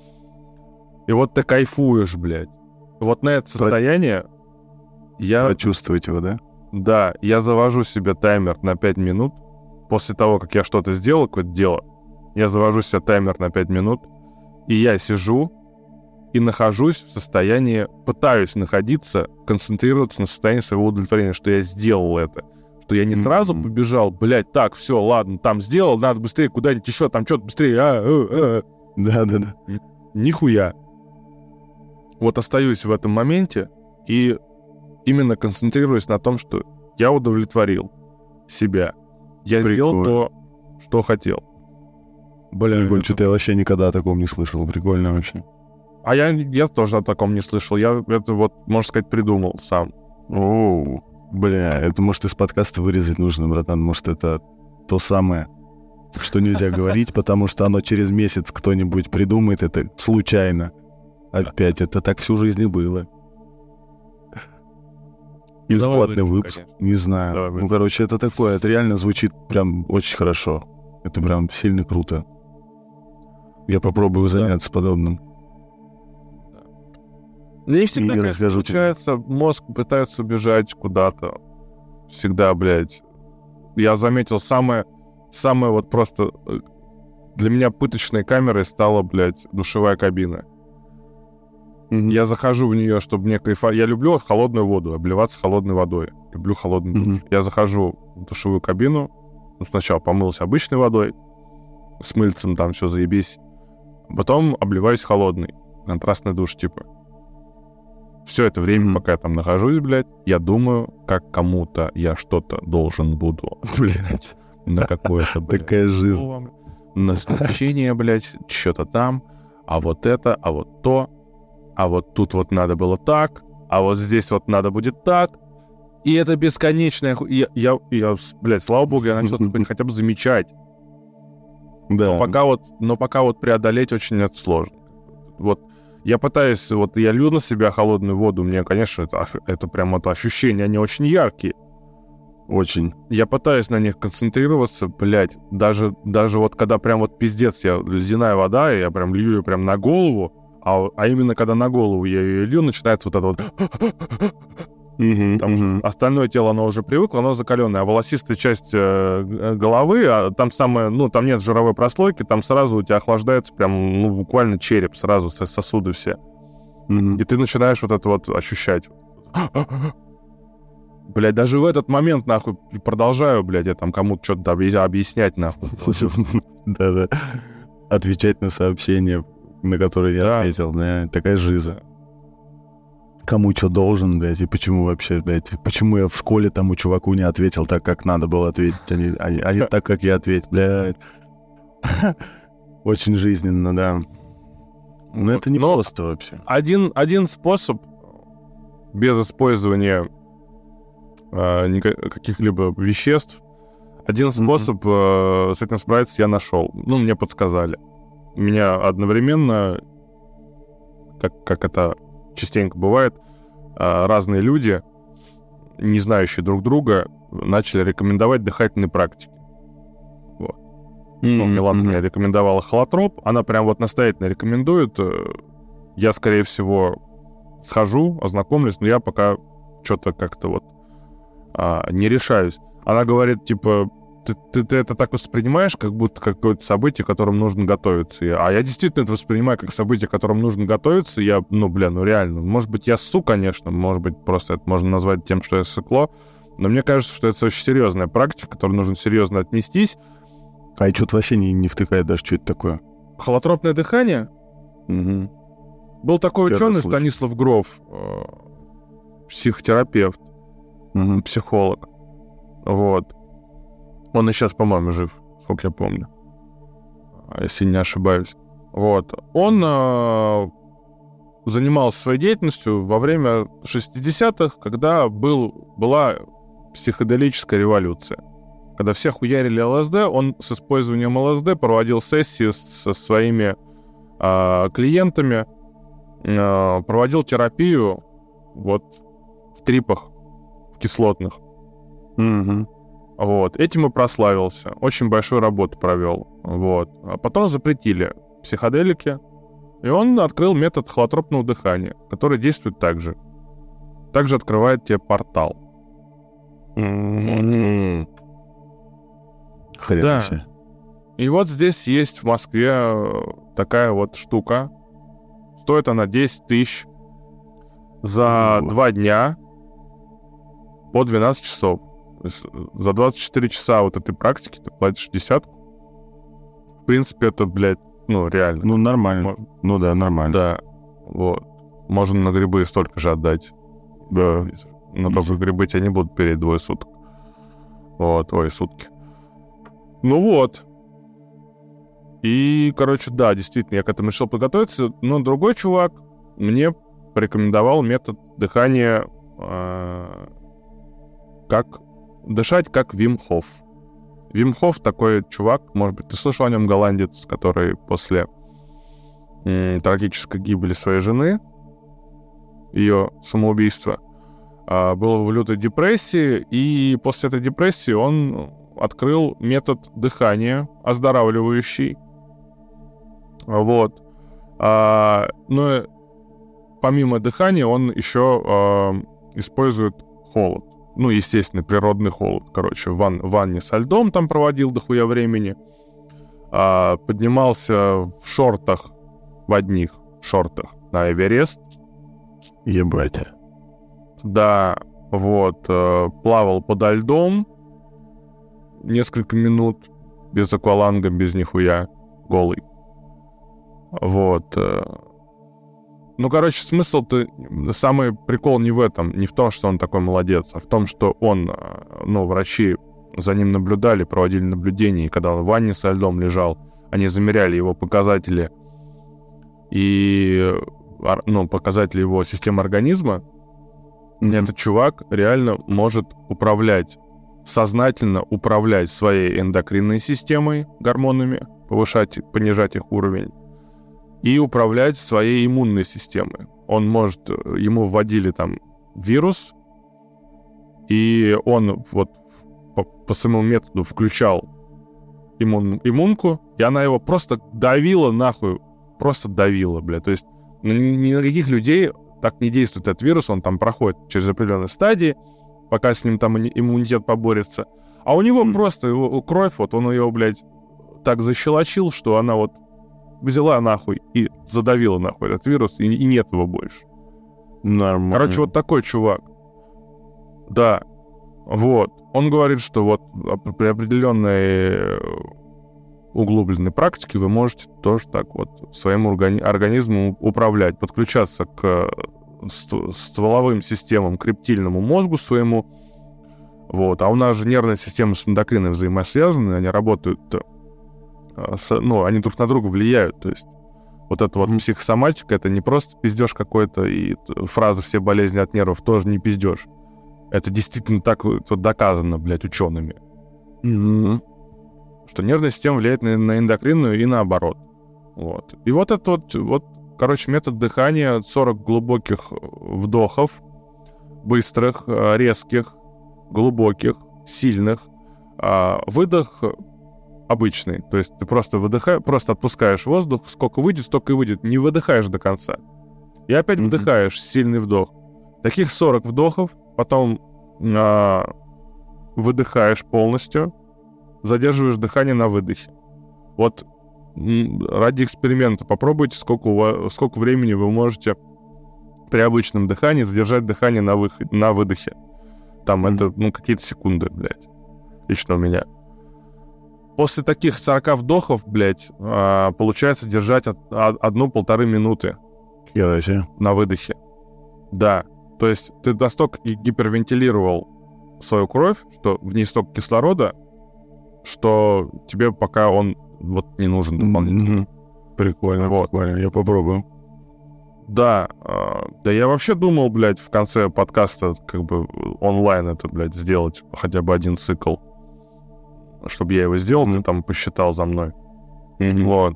И вот ты кайфуешь, блядь. Вот на это состояние я... Почувствовать его, да? Да, я завожу себе таймер на 5 минут. После того, как я что-то сделал, какое-то дело, я завожу себе таймер на 5 минут, и я сижу и нахожусь в состоянии, пытаюсь находиться, концентрироваться на состоянии своего удовлетворения, что я сделал это. Что я не сразу побежал, блядь, так, все, ладно, там сделал, надо быстрее куда-нибудь еще, там что-то быстрее. Да. Нихуя. Вот остаюсь в этом моменте и именно концентрируюсь на том, что я удовлетворил себя. Я сделал то, что хотел. Прикольно, что-то я вообще никогда о таком не слышал. Прикольно вообще. А я тоже о таком не слышал. Я это вот, можно сказать, придумал сам. Оу, бля, это может из подкаста вырезать нужно, братан. Может, это то самое, что нельзя говорить, потому что оно через месяц кто-нибудь придумает это случайно. Опять, это так всю жизнь и было. Или в платный выпуск, не знаю. Ну, короче, это такое, это реально звучит прям очень хорошо. Это прям сильно круто. Я попробую заняться подобным. Не всегда, конечно, получается, мозг пытается убежать куда-то. Всегда, блядь. Я заметил, самое вот просто для меня пыточной камерой стала, блядь, душевая кабина. Я захожу в нее, чтобы мне кайфовать. Я люблю холодную воду, обливаться холодной водой. Люблю холодный душ. Я захожу в душевую кабину. Ну, сначала помылся обычной водой, с мыльцем там все заебись. Потом обливаюсь холодной. Контрастный душ, типа. Все это время, пока я там нахожусь, блядь, я думаю, как кому-то я что-то должен буду. Блядь. На какое-то, блядь. Такая жизнь. На сообщение, блядь, что-то там. А вот это, а вот то. А вот тут вот надо было так. А вот здесь вот надо будет так. И это бесконечное... Я блядь, слава богу, я начал хотя бы замечать. Да. Но пока вот преодолеть очень это сложно. Вот я пытаюсь, вот я лью на себя холодную воду, мне, конечно, это прям это ощущения, они очень яркие. Очень. Я пытаюсь на них концентрироваться, блядь. Даже вот когда прям вот пиздец, ледяная вода, и я прям лью ее прям на голову, а именно когда на голову я ее лью, начинается вот это вот... Там остальное тело, оно уже привыкло, оно закаленное, а волосистая часть головы, там самое, там нет жировой прослойки, там сразу у тебя охлаждается прям, буквально череп, сразу сосуды все. И ты начинаешь вот это вот ощущать. Блядь, даже в этот момент, нахуй, продолжаю, блядь, я там кому-то что-то объяснять, нахуй. Да-да. Отвечать на сообщения, на которые я ответил, да, такая жиза. Кому что должен, блядь, и почему вообще, блядь, почему я в школе тому чуваку не ответил так, как надо было ответить, а не так, как я ответил, блядь. Очень жизненно, да. Но это не просто вообще. Один способ без использования каких-либо веществ, один способ с этим справиться я нашел. Мне подсказали. Меня одновременно, как это частенько бывает, разные люди, не знающие друг друга, начали рекомендовать дыхательные практики. Вот. Милана мне рекомендовала холотроп, она прям вот настоятельно рекомендует. Я, скорее всего, схожу, ознакомлюсь, но я пока что-то как-то вот не решаюсь. Она говорит, типа, ты это так воспринимаешь, как будто какое-то событие, к которому нужно готовиться. А я действительно это воспринимаю как событие, к которому нужно готовиться. Я, реально. Может быть, я ссу, конечно. Может быть, просто это можно назвать тем, что я ссыкло. Но мне кажется, что это очень серьезная практика, к которой нужно серьезно отнестись. А и что-то вообще не втыкает даже, что это такое. Холотропное дыхание? Был такой ученый Станислав Гров, психотерапевт, психолог. Вот. Он и сейчас, по-моему, жив, сколько я помню, если не ошибаюсь. Вот. Он занимался своей деятельностью во время 60-х, когда была психоделическая революция. Когда всех хуярили ЛСД, он с использованием ЛСД проводил сессии со своими клиентами, проводил терапию вот в трипах, в кислотных. Вот. Этим и прославился. Очень большую работу провел. Вот. А потом запретили психоделики, и он открыл метод холотропного дыхания, который действует так же. Также открывает тебе портал. Хрен Да. себе. И вот здесь есть в Москве такая вот штука. Стоит она 10 тысяч за 2 дня по 12 часов. За 24 часа вот этой практики ты платишь 10. В принципе, это, блядь, реально. Нормально. Да, нормально. Да, вот. Можно на грибы столько же отдать. Да. Но только грибы тебя не будут переть 2 суток. Вот, сутки. Вот. И, да, действительно, я к этому решил подготовиться. Но другой чувак мне порекомендовал метод дыхания дышать как Вим Хоф. Вим Хоф такой чувак, может быть, ты слышал о нем, голландец, который после трагической гибели своей жены, ее самоубийства, был в лютой депрессии, и после этой депрессии он открыл метод дыхания, оздоравливающий. Вот. Но помимо дыхания он еще использует холод. Естественно, природный холод. Короче, в ванне со льдом там проводил дохуя времени. Поднимался в шортах, в одних шортах на Эверест. Ебать. Да, вот. Плавал подо льдом несколько минут без акваланга, без нихуя, голый. Вот. Смысл-то... Самый прикол не в этом, не в том, что он такой молодец, а в том, что он... врачи за ним наблюдали, проводили наблюдения, и когда он в ванне со льдом лежал, они замеряли его показатели и... показатели его системы организма. Этот чувак реально может сознательно управлять своей эндокринной системой, гормонами, понижать их уровень, и управлять своей иммунной системой. Ему вводили там вирус, и он вот по своему методу включал иммунку, и она его просто давила нахуй. Просто давила, блядь. То есть ни на каких людей так не действует этот вирус, он там проходит через определенные стадии, пока с ним там иммунитет поборется. А у него просто кровь, вот он ее, блядь, так защелочил, что она вот взяла нахуй и задавила нахуй этот вирус, и нет его больше. Нормально. Короче, вот такой чувак. Да. Вот. Он говорит, что вот при определенной углубленной практике вы можете тоже так вот своим организмом управлять, подключаться к стволовым системам, к рептильному мозгу своему. Вот. А у нас же нервная система с эндокриной взаимосвязаны, они работают, они друг на друга влияют. То есть вот эта вот психосоматика, это не просто пиздеж какой-то, и фраза «все болезни от нервов» тоже не пиздеж. Это действительно так вот доказано, блядь, учеными. Что нервная система влияет на эндокринную и наоборот. Вот. И вот этот вот, короче, метод дыхания, 40 глубоких вдохов, быстрых, резких, глубоких, сильных. Выдох обычный. То есть ты просто просто отпускаешь воздух, сколько выйдет, столько и выйдет. Не выдыхаешь до конца. И опять вдыхаешь сильный вдох. Таких 40 вдохов, потом выдыхаешь полностью, задерживаешь дыхание на выдохе. Вот ради эксперимента попробуйте, сколько времени вы можете при обычном дыхании задержать дыхание на выдохе. Там это, какие-то секунды, блядь. Лично у меня. После таких 40 вдохов, блядь, получается держать 1-1,5 минуты на выдохе. Да. То есть ты настолько гипервентилировал свою кровь, что в ней столько кислорода, что тебе пока он вот не нужен дополнительно. Прикольно, вот. Прикольно, я попробую. Да, я вообще думал, блядь, в конце подкаста как бы онлайн это, блядь, сделать хотя бы один цикл, чтобы я его сделал, ты там посчитал за мной. Вот.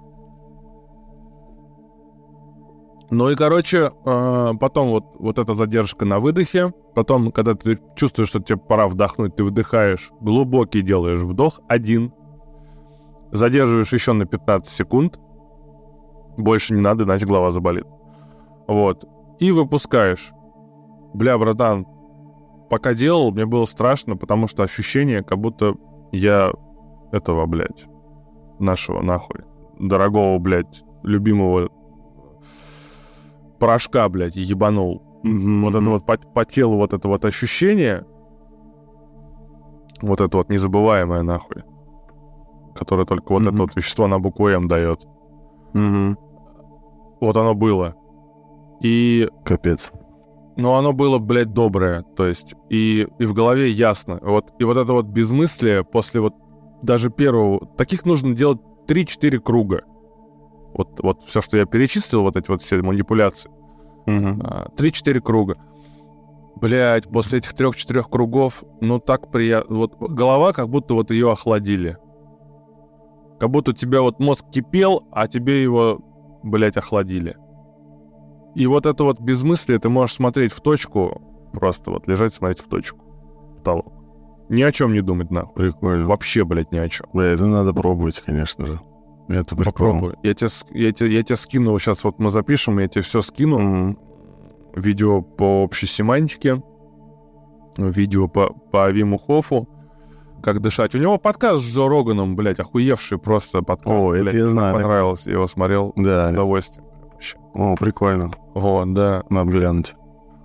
Ну и, короче, потом вот эта задержка на выдохе, потом, когда ты чувствуешь, что тебе пора вдохнуть, ты выдыхаешь, глубокий делаешь вдох, 1, задерживаешь еще на 15 секунд, больше не надо, иначе голова заболит. Вот. И выпускаешь. Бля, братан, пока делал, мне было страшно, потому что ощущение, как будто я этого, блядь, нашего, нахуй, дорогого, блядь, любимого порошка, блядь, ебанул. Вот это вот по телу вот это вот ощущение, вот это вот незабываемое, нахуй, которое только вот это вот вещество на букву М дает. Вот оно было. И... Капец. Но оно было, блядь, доброе. То есть, и в голове ясно. И вот это вот безмыслие после вот даже первого... Таких нужно делать 3-4 круга. Вот все, что я перечислил, вот эти вот все манипуляции. 3-4 круга. Блядь, после этих 3-4 кругов, так приятно. Вот голова, как будто вот ее охладили. Как будто у тебя вот мозг кипел, а тебе его, блядь, охладили. И вот это вот безмыслие, ты можешь смотреть в точку, просто вот лежать, смотреть в точку. Потолок. Ни о чем не думать, нахуй. Прикольно. Вообще, блядь, ни о чем. Бля, это надо пробовать, конечно же. Это прикольно. Попробуй. Я тебе скину, сейчас вот мы запишем, я тебе все скину. Видео по общей семантике, видео по Виму Хофу, как дышать. У него подкаст с Джо Роганом, блядь, охуевший просто подкаст. О, блядь, это я знаю. Понравился, я его смотрел с удовольствием. Вообще. О, прикольно. Вот, да. Надо глянуть.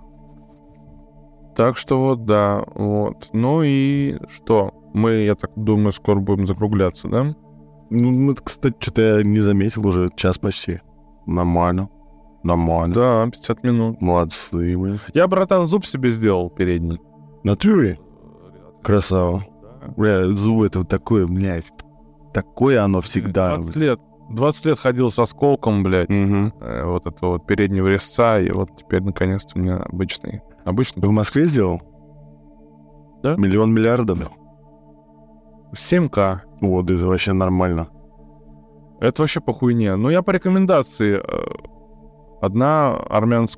Так что вот, да, вот. Ну и что? Мы, я так думаю, скоро будем закругляться, да? Ну, кстати, что-то я не заметил уже, час почти. Нормально. Да, 50 минут. Молодцы, блин. Я, братан, зуб себе сделал передний. Натуре? Красава. Бля, зуб это такое, блядь. Такое оно всегда. 20 лет ходил с осколком, блядь. Вот этого вот переднего резца, и вот теперь наконец-то у меня обычный. Ты в Москве сделал? Да. 1 миллиард миллиардов? 7К. Вот, это вообще нормально. Это вообще по хуйне. Но я по рекомендации. Одна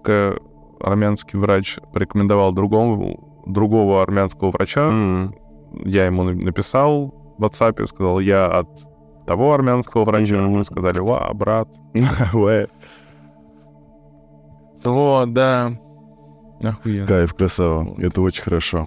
армянский врач порекомендовал другого армянского врача я ему написал в WhatsApp, сказал, я от того армянского врача. Мы сказали, брат. Вот, да. Охуенно. Кайф, красава. Это очень хорошо.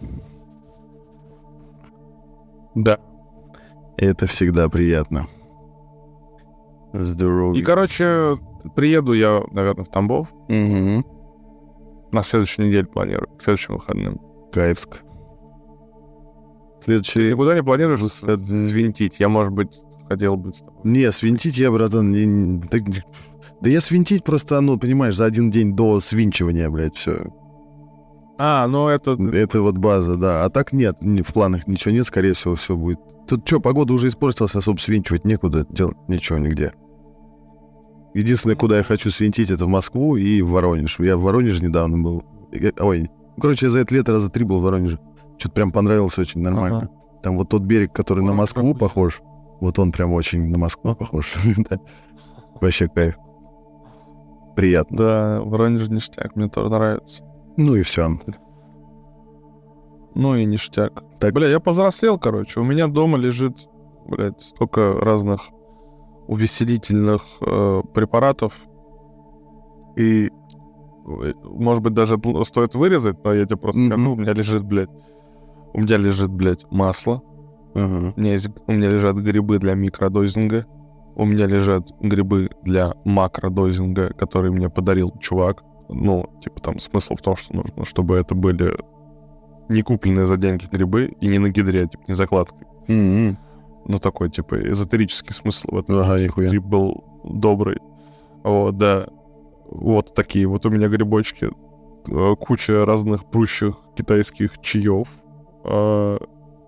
Да. Это всегда приятно. Здорово. И, короче, приеду я, наверное, в Тамбов. Угу. На следующей неделе планирую, к следующим выходным. Кайфск. Ты Следующий... никуда не планируешь свинтить? Я, может быть, хотел бы с тобой. Не, свинтить я, братан, да я свинтить просто, понимаешь, за один день до свинчивания, блядь, все. Ну это... Это вот база, да. А так нет, в планах ничего нет, скорее всего, все будет. Тут что, погода уже испортилась, особо свинчивать некуда, делать ничего нигде. Единственное, куда я хочу свинтить, это в Москву и в Воронеж. Я в Воронеже недавно был. Короче, я за это лето раза 3 был в Воронеже. Что-то прям понравилось очень нормально. Ага. Там вот тот берег, который на Москву похож, вот он прям очень на Москву похож. Вообще кайф. Приятно. Да, Воронеж ништяк, мне тоже нравится. Ну и все. Ну и ништяк. Так. Бля, я повзрослел, короче. У меня дома лежит, блядь, столько разных увеселительных препаратов. И, может быть, даже стоит вырезать, но я тебе просто скажу, у меня лежит, блядь, масло. У меня лежат грибы для микродозинга. У меня лежат грибы для макродозинга, которые мне подарил чувак. Ну, типа, там смысл в том, что нужно, чтобы это были не купленные за деньги грибы и не на гидре, типа, не закладкой. Ну, такой, типа, эзотерический смысл в этом. Ага, нихуя. Гриб был добрый. Вот, да. Вот такие вот у меня грибочки. Куча разных прущих китайских чаев. Вот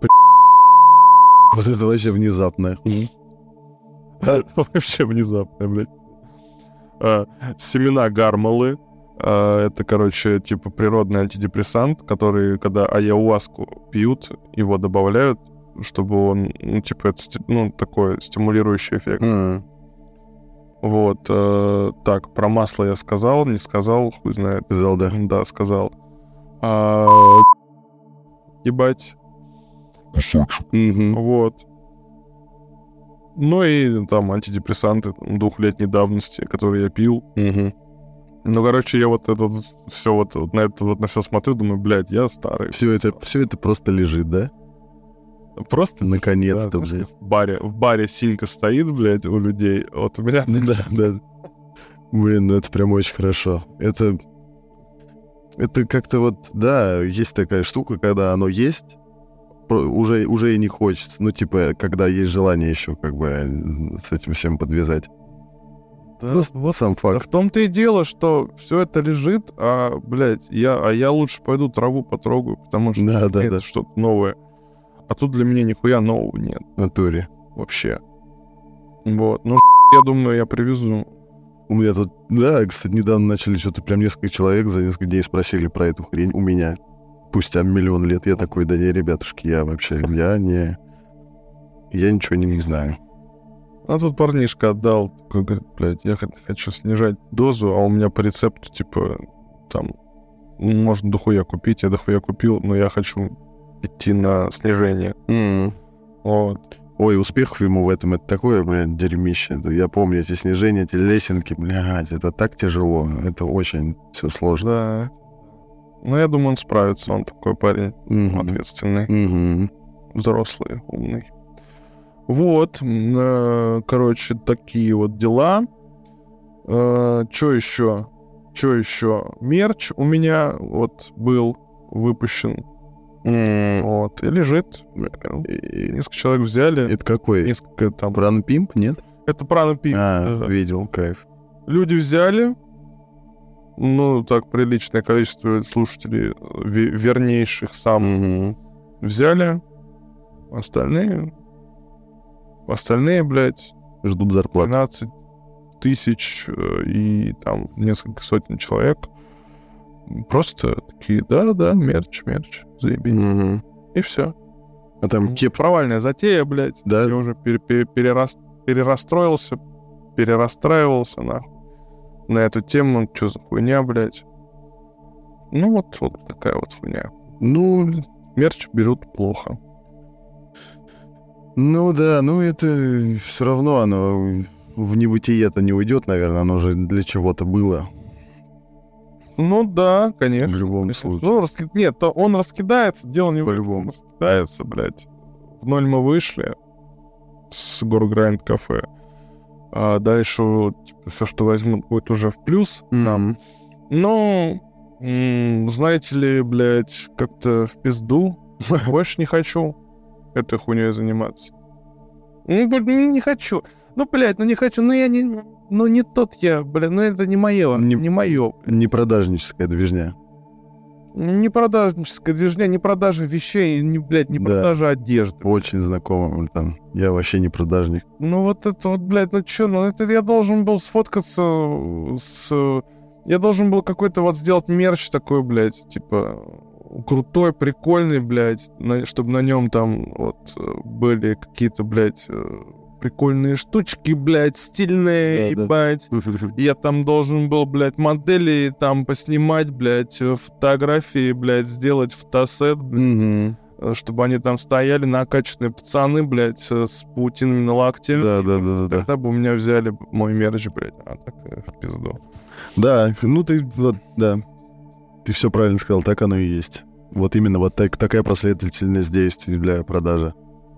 это вообще внезапно. Вообще внезапно, блядь. Семена гармалы. Это, короче, типа природный антидепрессант, который, когда аяуаску пьют, его добавляют, чтобы он, типа, это, такой стимулирующий эффект. Вот. Так, про масло я сказал, не сказал, хуй знает. Сказал, да. Да, сказал. Ебать. Вот. Ну и там антидепрессанты 2-летней давности, которые я пил. Ну, короче, я вот это все вот на это вот на все смотрю, думаю, блядь, я старый. Все это просто лежит, да? Просто? Наконец-то, Да, блядь. В баре синька стоит, блядь, у людей. Вот у меня... Да. Блин, это прям очень хорошо. Это как-то вот, да, есть такая штука, когда оно есть, уже и не хочется. Ну, типа, когда есть желание еще как бы с этим всем подвязать. Да, Просто вот сам факт. Да в том-то и дело, что все это лежит, блядь, я лучше пойду траву потрогаю, потому что это что-то новое. А тут для меня нихуя нового нет. В натуре. Вообще. Вот. Ну, я думаю, я привезу. У меня тут, да, кстати, недавно начали что-то, прям несколько человек за несколько дней спросили про эту хрень у меня. Спустя миллион лет я такой, да не, ребятушки, я ничего не знаю. А тут парнишка отдал, такой, говорит, блядь, я хочу снижать дозу, а у меня по рецепту, типа, там, можно дохуя купить, я дохуя купил, но я хочу идти на снижение. Вот. Ой, успехов ему в этом, это такое, блядь, дерьмище. Я помню эти снижения, эти лесенки, блядь, это так тяжело, это очень все сложно. Да. Ну, я думаю, он справится, он такой парень ответственный, взрослый, умный. Вот, короче, такие вот дела. Что еще? Мерч у меня вот был выпущен. Вот, и лежит. Несколько человек взяли. Это какой? Несколько там... Prana Pimp, нет? Это Prana Pimp. Видел, кайф. Люди взяли. Ну, так, приличное количество слушателей, вернейших сам, взяли. Остальные, блядь, ждут зарплату. 12 тысяч и там несколько сотен человек. Просто такие, да, мерч, заебись. И все. А там провальная затея, блядь. Да. Я уже перерастраивался, нахуй. На эту тему, что за хуйня, блядь. Ну, вот такая вот хуйня. Ну, мерч берут плохо. Ну да, ну это все равно оно в небытие-то не уйдет, наверное, оно же для чего-то было. Ну да, конечно. В любом конечно. случае. Ну, нет, то он раскидается, дело не в этом, По-любому. он раскидается, блядь. В ноль мы вышли с Горграйнд кафе. А дальше типа, все, что возьмут, будет уже в плюс нам. Но, знаете ли, блядь, как-то в пизду. Больше не хочу этой хуйней заниматься. Не хочу. Ну, блядь, не хочу. Не тот я, блядь, это не мое. Не мое. Не продажническая движня. Не продажническое движение, не продажа вещей, не продажа одежды. Очень знакомо, там. Я вообще не продажник. Ну вот это вот, блядь, это я должен был сфоткаться я должен был какой-то вот сделать мерч такой, блядь, типа крутой, прикольный, блядь, чтобы на нем там вот были какие-то, блядь, прикольные штучки, блядь, стильные, ебать. Да. Я там должен был, блядь, модели там поснимать, блядь, фотографии, блядь, сделать фотосет, блядь, чтобы они там стояли, накачанные пацаны, блядь, с паутинами на локте. Да. Тогда бы у меня взяли мой мерч, блядь, а так в пизду. Да, ну ты, вот, да. Ты все правильно сказал, так оно и есть. Вот именно вот такая последовательность действий для продажи.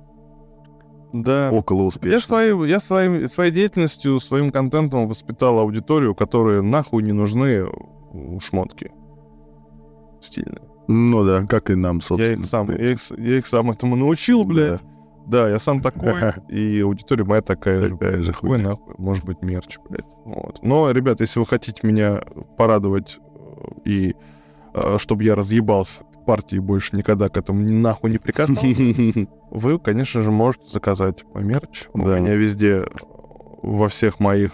Да. Около успешно. Я своей деятельностью, своим контентом воспитал аудиторию, которой нахуй не нужны шмотки стильные. Ну да, как и нам, собственно. Я их сам этому научил, блядь. Да, я сам такой, и аудитория моя такая же. Какой нахуй, может быть, мерч, блядь. Вот. Но, ребят, если вы хотите меня порадовать и чтобы я разъебался партии больше никогда к этому нахуй не прикасался, вы, конечно же, можете заказать мой мерч. Да. У меня везде, во всех моих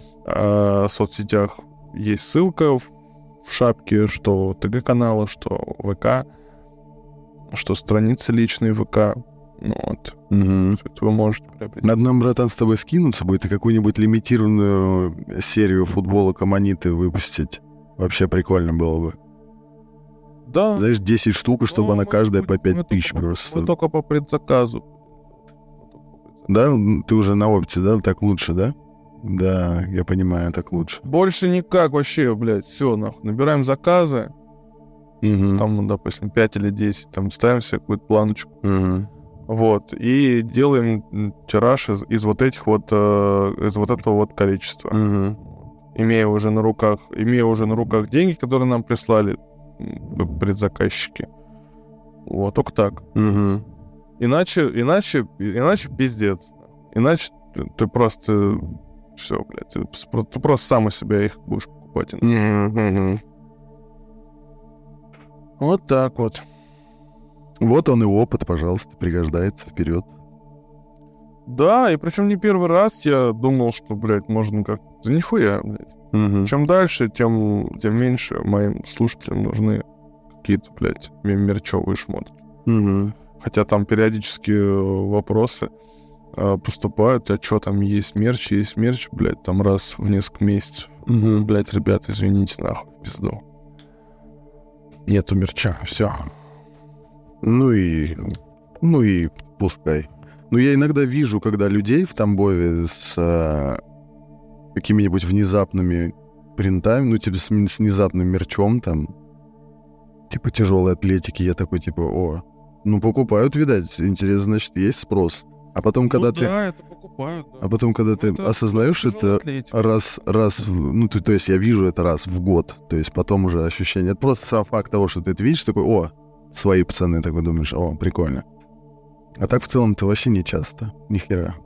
соцсетях есть ссылка в шапке, что ТГ-канала, что ВК, что страницы личные ВК. Вот. Это вы можете приобрести. Надо нам, братан, с тобой скинуться будет и какую-нибудь лимитированную серию футболок Аманиты выпустить. Вообще прикольно было бы. Да. Знаешь, 10 штук, чтобы она каждая по 5000 просто. Мы только по предзаказу. Да? Ты уже на опте, да? Так лучше, да? Да, я понимаю, так лучше. Больше никак вообще, блядь, все, нахуй. Набираем заказы. Там, допустим, 5 или 10. Там ставим себе какую-то планочку. Вот. И делаем тираж из вот этих вот, из вот этого вот количества. Имея уже на руках деньги, которые нам прислали предзаказчики. Вот, только так. Иначе пиздец. Иначе ты просто все, блядь, ты просто сам у себя их будешь покупать. Вот так вот. Вот он и опыт, пожалуйста, пригождается вперед. Да, и причем не первый раз я думал, что, блядь, можно как-то... Да нихуя, блядь. Чем дальше, тем меньше моим слушателям нужны какие-то, блядь, мерчевые шмотки. Хотя там периодически вопросы поступают, а что там есть мерч, блядь, там раз в несколько месяцев. Блядь, ребята, извините, нахуй, в пизду. Нету мерча, все. Ну и пускай. Ну, я иногда вижу, когда людей в Тамбове с какими-нибудь внезапными принтами, ну, типа с внезапным мерчом там, типа тяжелой атлетики, я такой, типа, ну, покупают, видать, интересно, значит, есть спрос. А потом, когда это покупают, да. А потом, когда ты осознаешь это раз, ну, то есть я вижу это раз в год, то есть потом уже ощущение, это просто сам факт того, что ты это видишь, такой, свои пацаны, такой думаешь, прикольно. А так в целом-то вообще не часто, ни хера.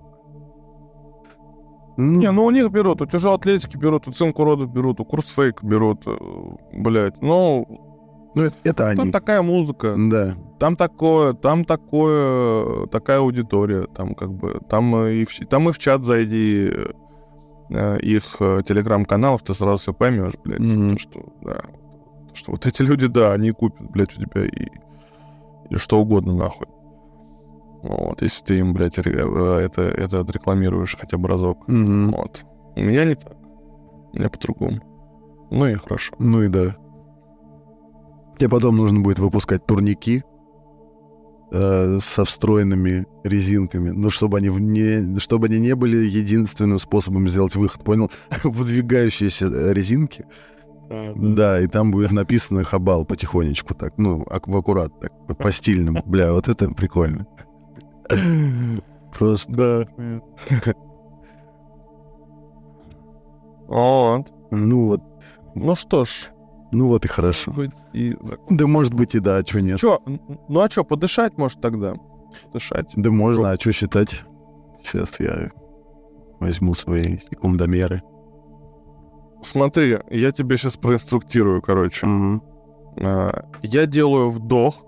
Ну у них берут, у тяжелой атлетики берут, у цинк уродов берут, у курсфейк берут, блядь, Ну, это они. Там такая музыка. Да. Там такая аудитория, там как бы, там и в чат зайди их телеграм-каналов, ты сразу все поймешь, блядь, что вот эти люди, да, они купят, блядь, у тебя и что угодно, нахуй. Вот, если ты им, блядь, это отрекламируешь хотя бы разок. Вот. У меня не так. У меня по-другому. Ну и хорошо. Ну и да. Тебе потом нужно будет выпускать турники. со встроенными резинками, но чтобы они не были единственным способом сделать выход, понял? Выдвигающиеся резинки. Да, и там будет написано «Хабал» потихонечку так, в аккурат, так, по-стильному. Бля, вот это прикольно. Просто... Да. Вот. Ну что ж. Ну вот и хорошо. Да может быть и да, а чё нет? Ну а чё, подышать может тогда? Дышать. Да можно, а чё считать? Сейчас я возьму свои секундомеры. Смотри, я тебе сейчас проинструктирую, короче. Угу. Я делаю вдох.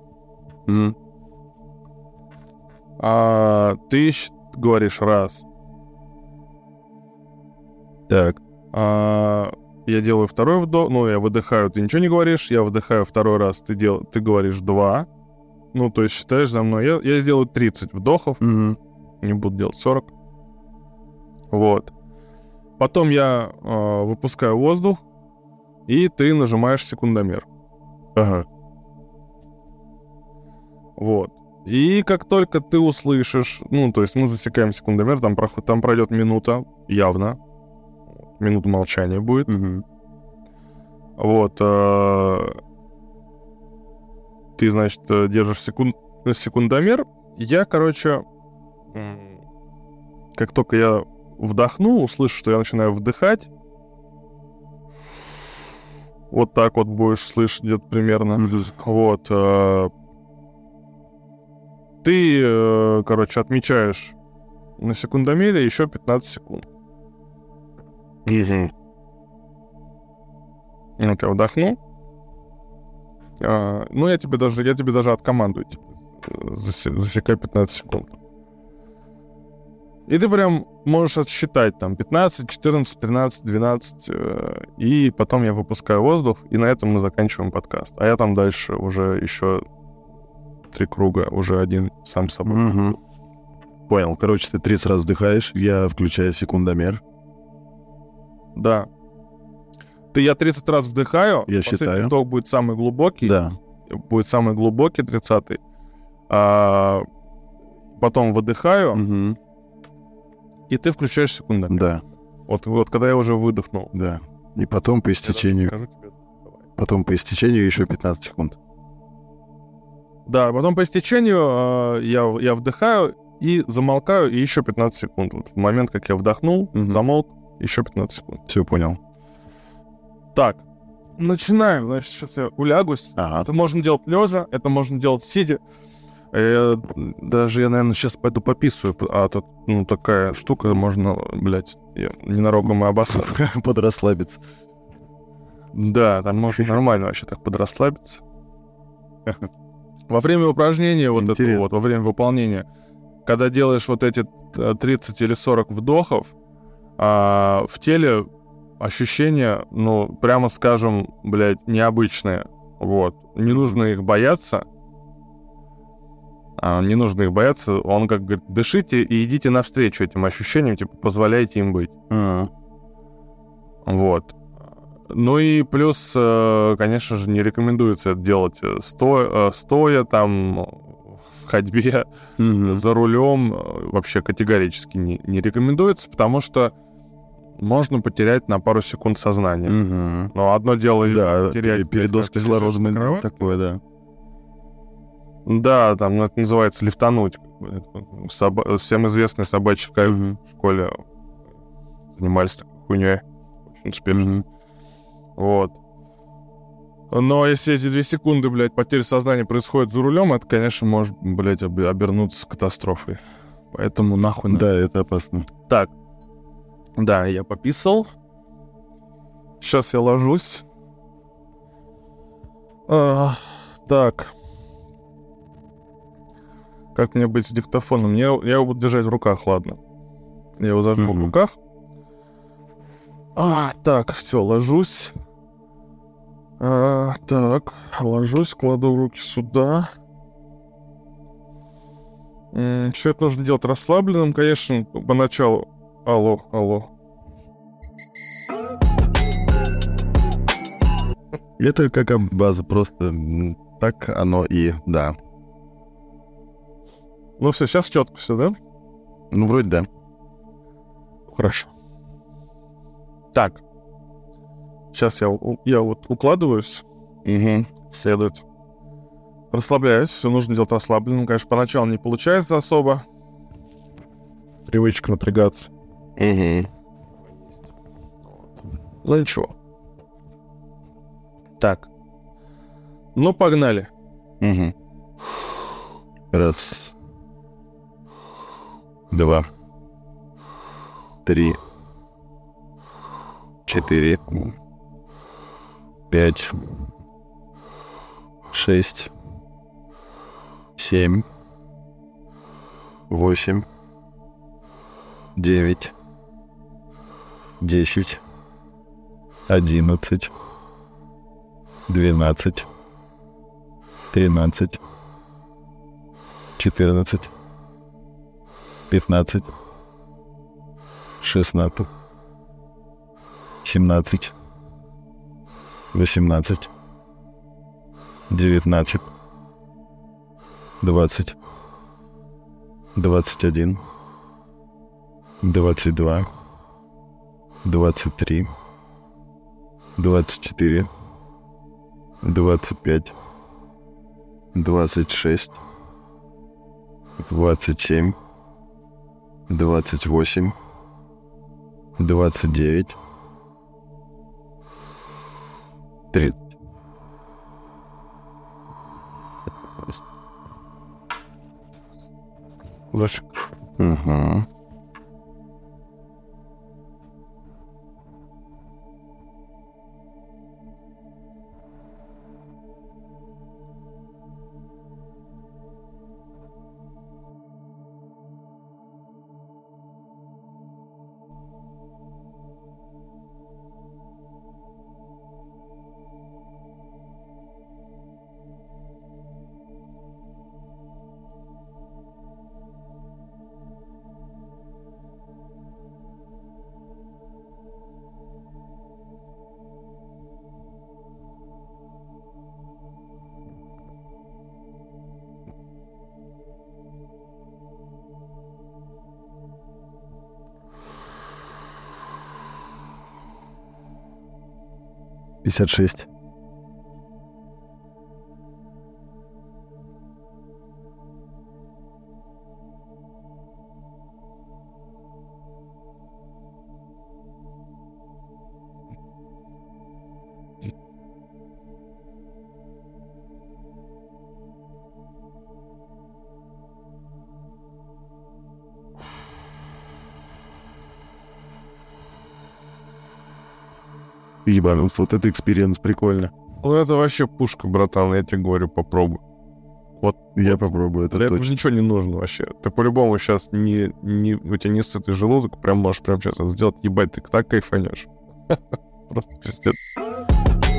А ты говоришь раз. Так. Я делаю второй вдох, я выдыхаю, ты ничего не говоришь, я выдыхаю второй раз, ты говоришь 2. То есть считаешь за мной. Я сделаю 30 вдохов, не буду делать 40. Вот. Потом я выпускаю воздух, и ты нажимаешь секундомер. Ага. Вот. И как только ты услышишь, то есть мы засекаем секундомер, там пройдет минута, явно. Минута молчания будет. Угу. Вот. Ты, значит, держишь секундомер. Я, короче, как только я вдохну, услышу, что я начинаю вдыхать, вот так вот будешь слышать где-то примерно. Вот. Ты, короче, отмечаешь на секундомере еще 15 секунд. Вот я вдохну. Я тебе даже откомандую. Засекай 15 секунд. И ты прям можешь отсчитать там 15, 14, 13, 12. И потом я выпускаю воздух, и на этом мы заканчиваем подкаст. А я там дальше уже еще 3 круга, уже один сам собой. Угу. Понял. Короче, ты 30 раз вдыхаешь, я включаю секундомер. Да. Я 30 раз вдыхаю. Я считаю. Вдох будет самый глубокий. Да. Будет самый глубокий, 30-й. Потом выдыхаю. Угу. И ты включаешь секундомер. Да. Вот когда я уже выдохнул. Да. И потом по истечению... Потом по истечению еще 15 секунд. Да, потом по истечению я вдыхаю и замолкаю, и еще 15 секунд. Вот в момент, как я вдохнул, замолк, еще 15 секунд. Все, понял. Так, начинаем. Значит, сейчас я улягусь. Ага. Это можно делать лежа, это можно делать сидя. Я, наверное, сейчас пойду пописываю. А тут, такая штука, можно, ненароком и обоссаться. Подрасслабиться. Да, там можно нормально вообще так подрасслабиться. Во время упражнения, во время выполнения, когда делаешь вот эти 30 или 40 вдохов, в теле ощущения, прямо скажем, необычные. Вот. Не нужно их бояться. Не нужно их бояться. Он как говорит, дышите и идите навстречу этим ощущениям, позволяйте им быть. Вот. И плюс, конечно же, не рекомендуется это делать стоя там, в ходьбе, за рулем. Вообще категорически не рекомендуется, потому что можно потерять на пару секунд сознание. Но одно дело терять передоз кислорода, такое, да. Да, там это называется лифтануть. Всем известный собачий кайф в школе занимались такой хуйней. Очень успешно. Вот. Но если эти 2 секунды, потери сознания происходит за рулем, это, конечно, может, обернуться катастрофой. Поэтому нахуй... Да, это опасно. Так. Да, я пописал. Сейчас я ложусь. Так. Как мне быть с диктофоном? Я его буду держать в руках, ладно. Я его зажму в руках. Так, все, ложусь. Так, ложусь, кладу руки сюда. Все это нужно делать расслабленным, конечно, поначалу. Алло. Это как база, просто так оно и да. Ну все, сейчас четко все, да? Ну, вроде да. Хорошо. Так. Сейчас я вот укладываюсь. Следует. Расслабляюсь. Все нужно делать расслабленным. Конечно, поначалу не получается особо. Привычка напрягаться. Ну ничего. Так. Ну, погнали. Раз. 2. 3. 4. 5. 6. 7. 8. 9. 10. 11. 12. 13. 14. 15. 16. 17. 18. 19. 20. 21. 22. 23. 24. 25. 26. 27. 28. 29. 30. Зафиг. Угу. Пятьдесят 56. Ебануться, вот это экспириенс, прикольно. Ну это вообще пушка, братан, я тебе говорю, попробуй. Вот Я попробую, это для этого точно. ничего не нужно вообще. Ты по-любому сейчас у тебя не сытый желудок, прям можешь прям сейчас это сделать, ебать, ты так кайфанешь. Просто пиздец.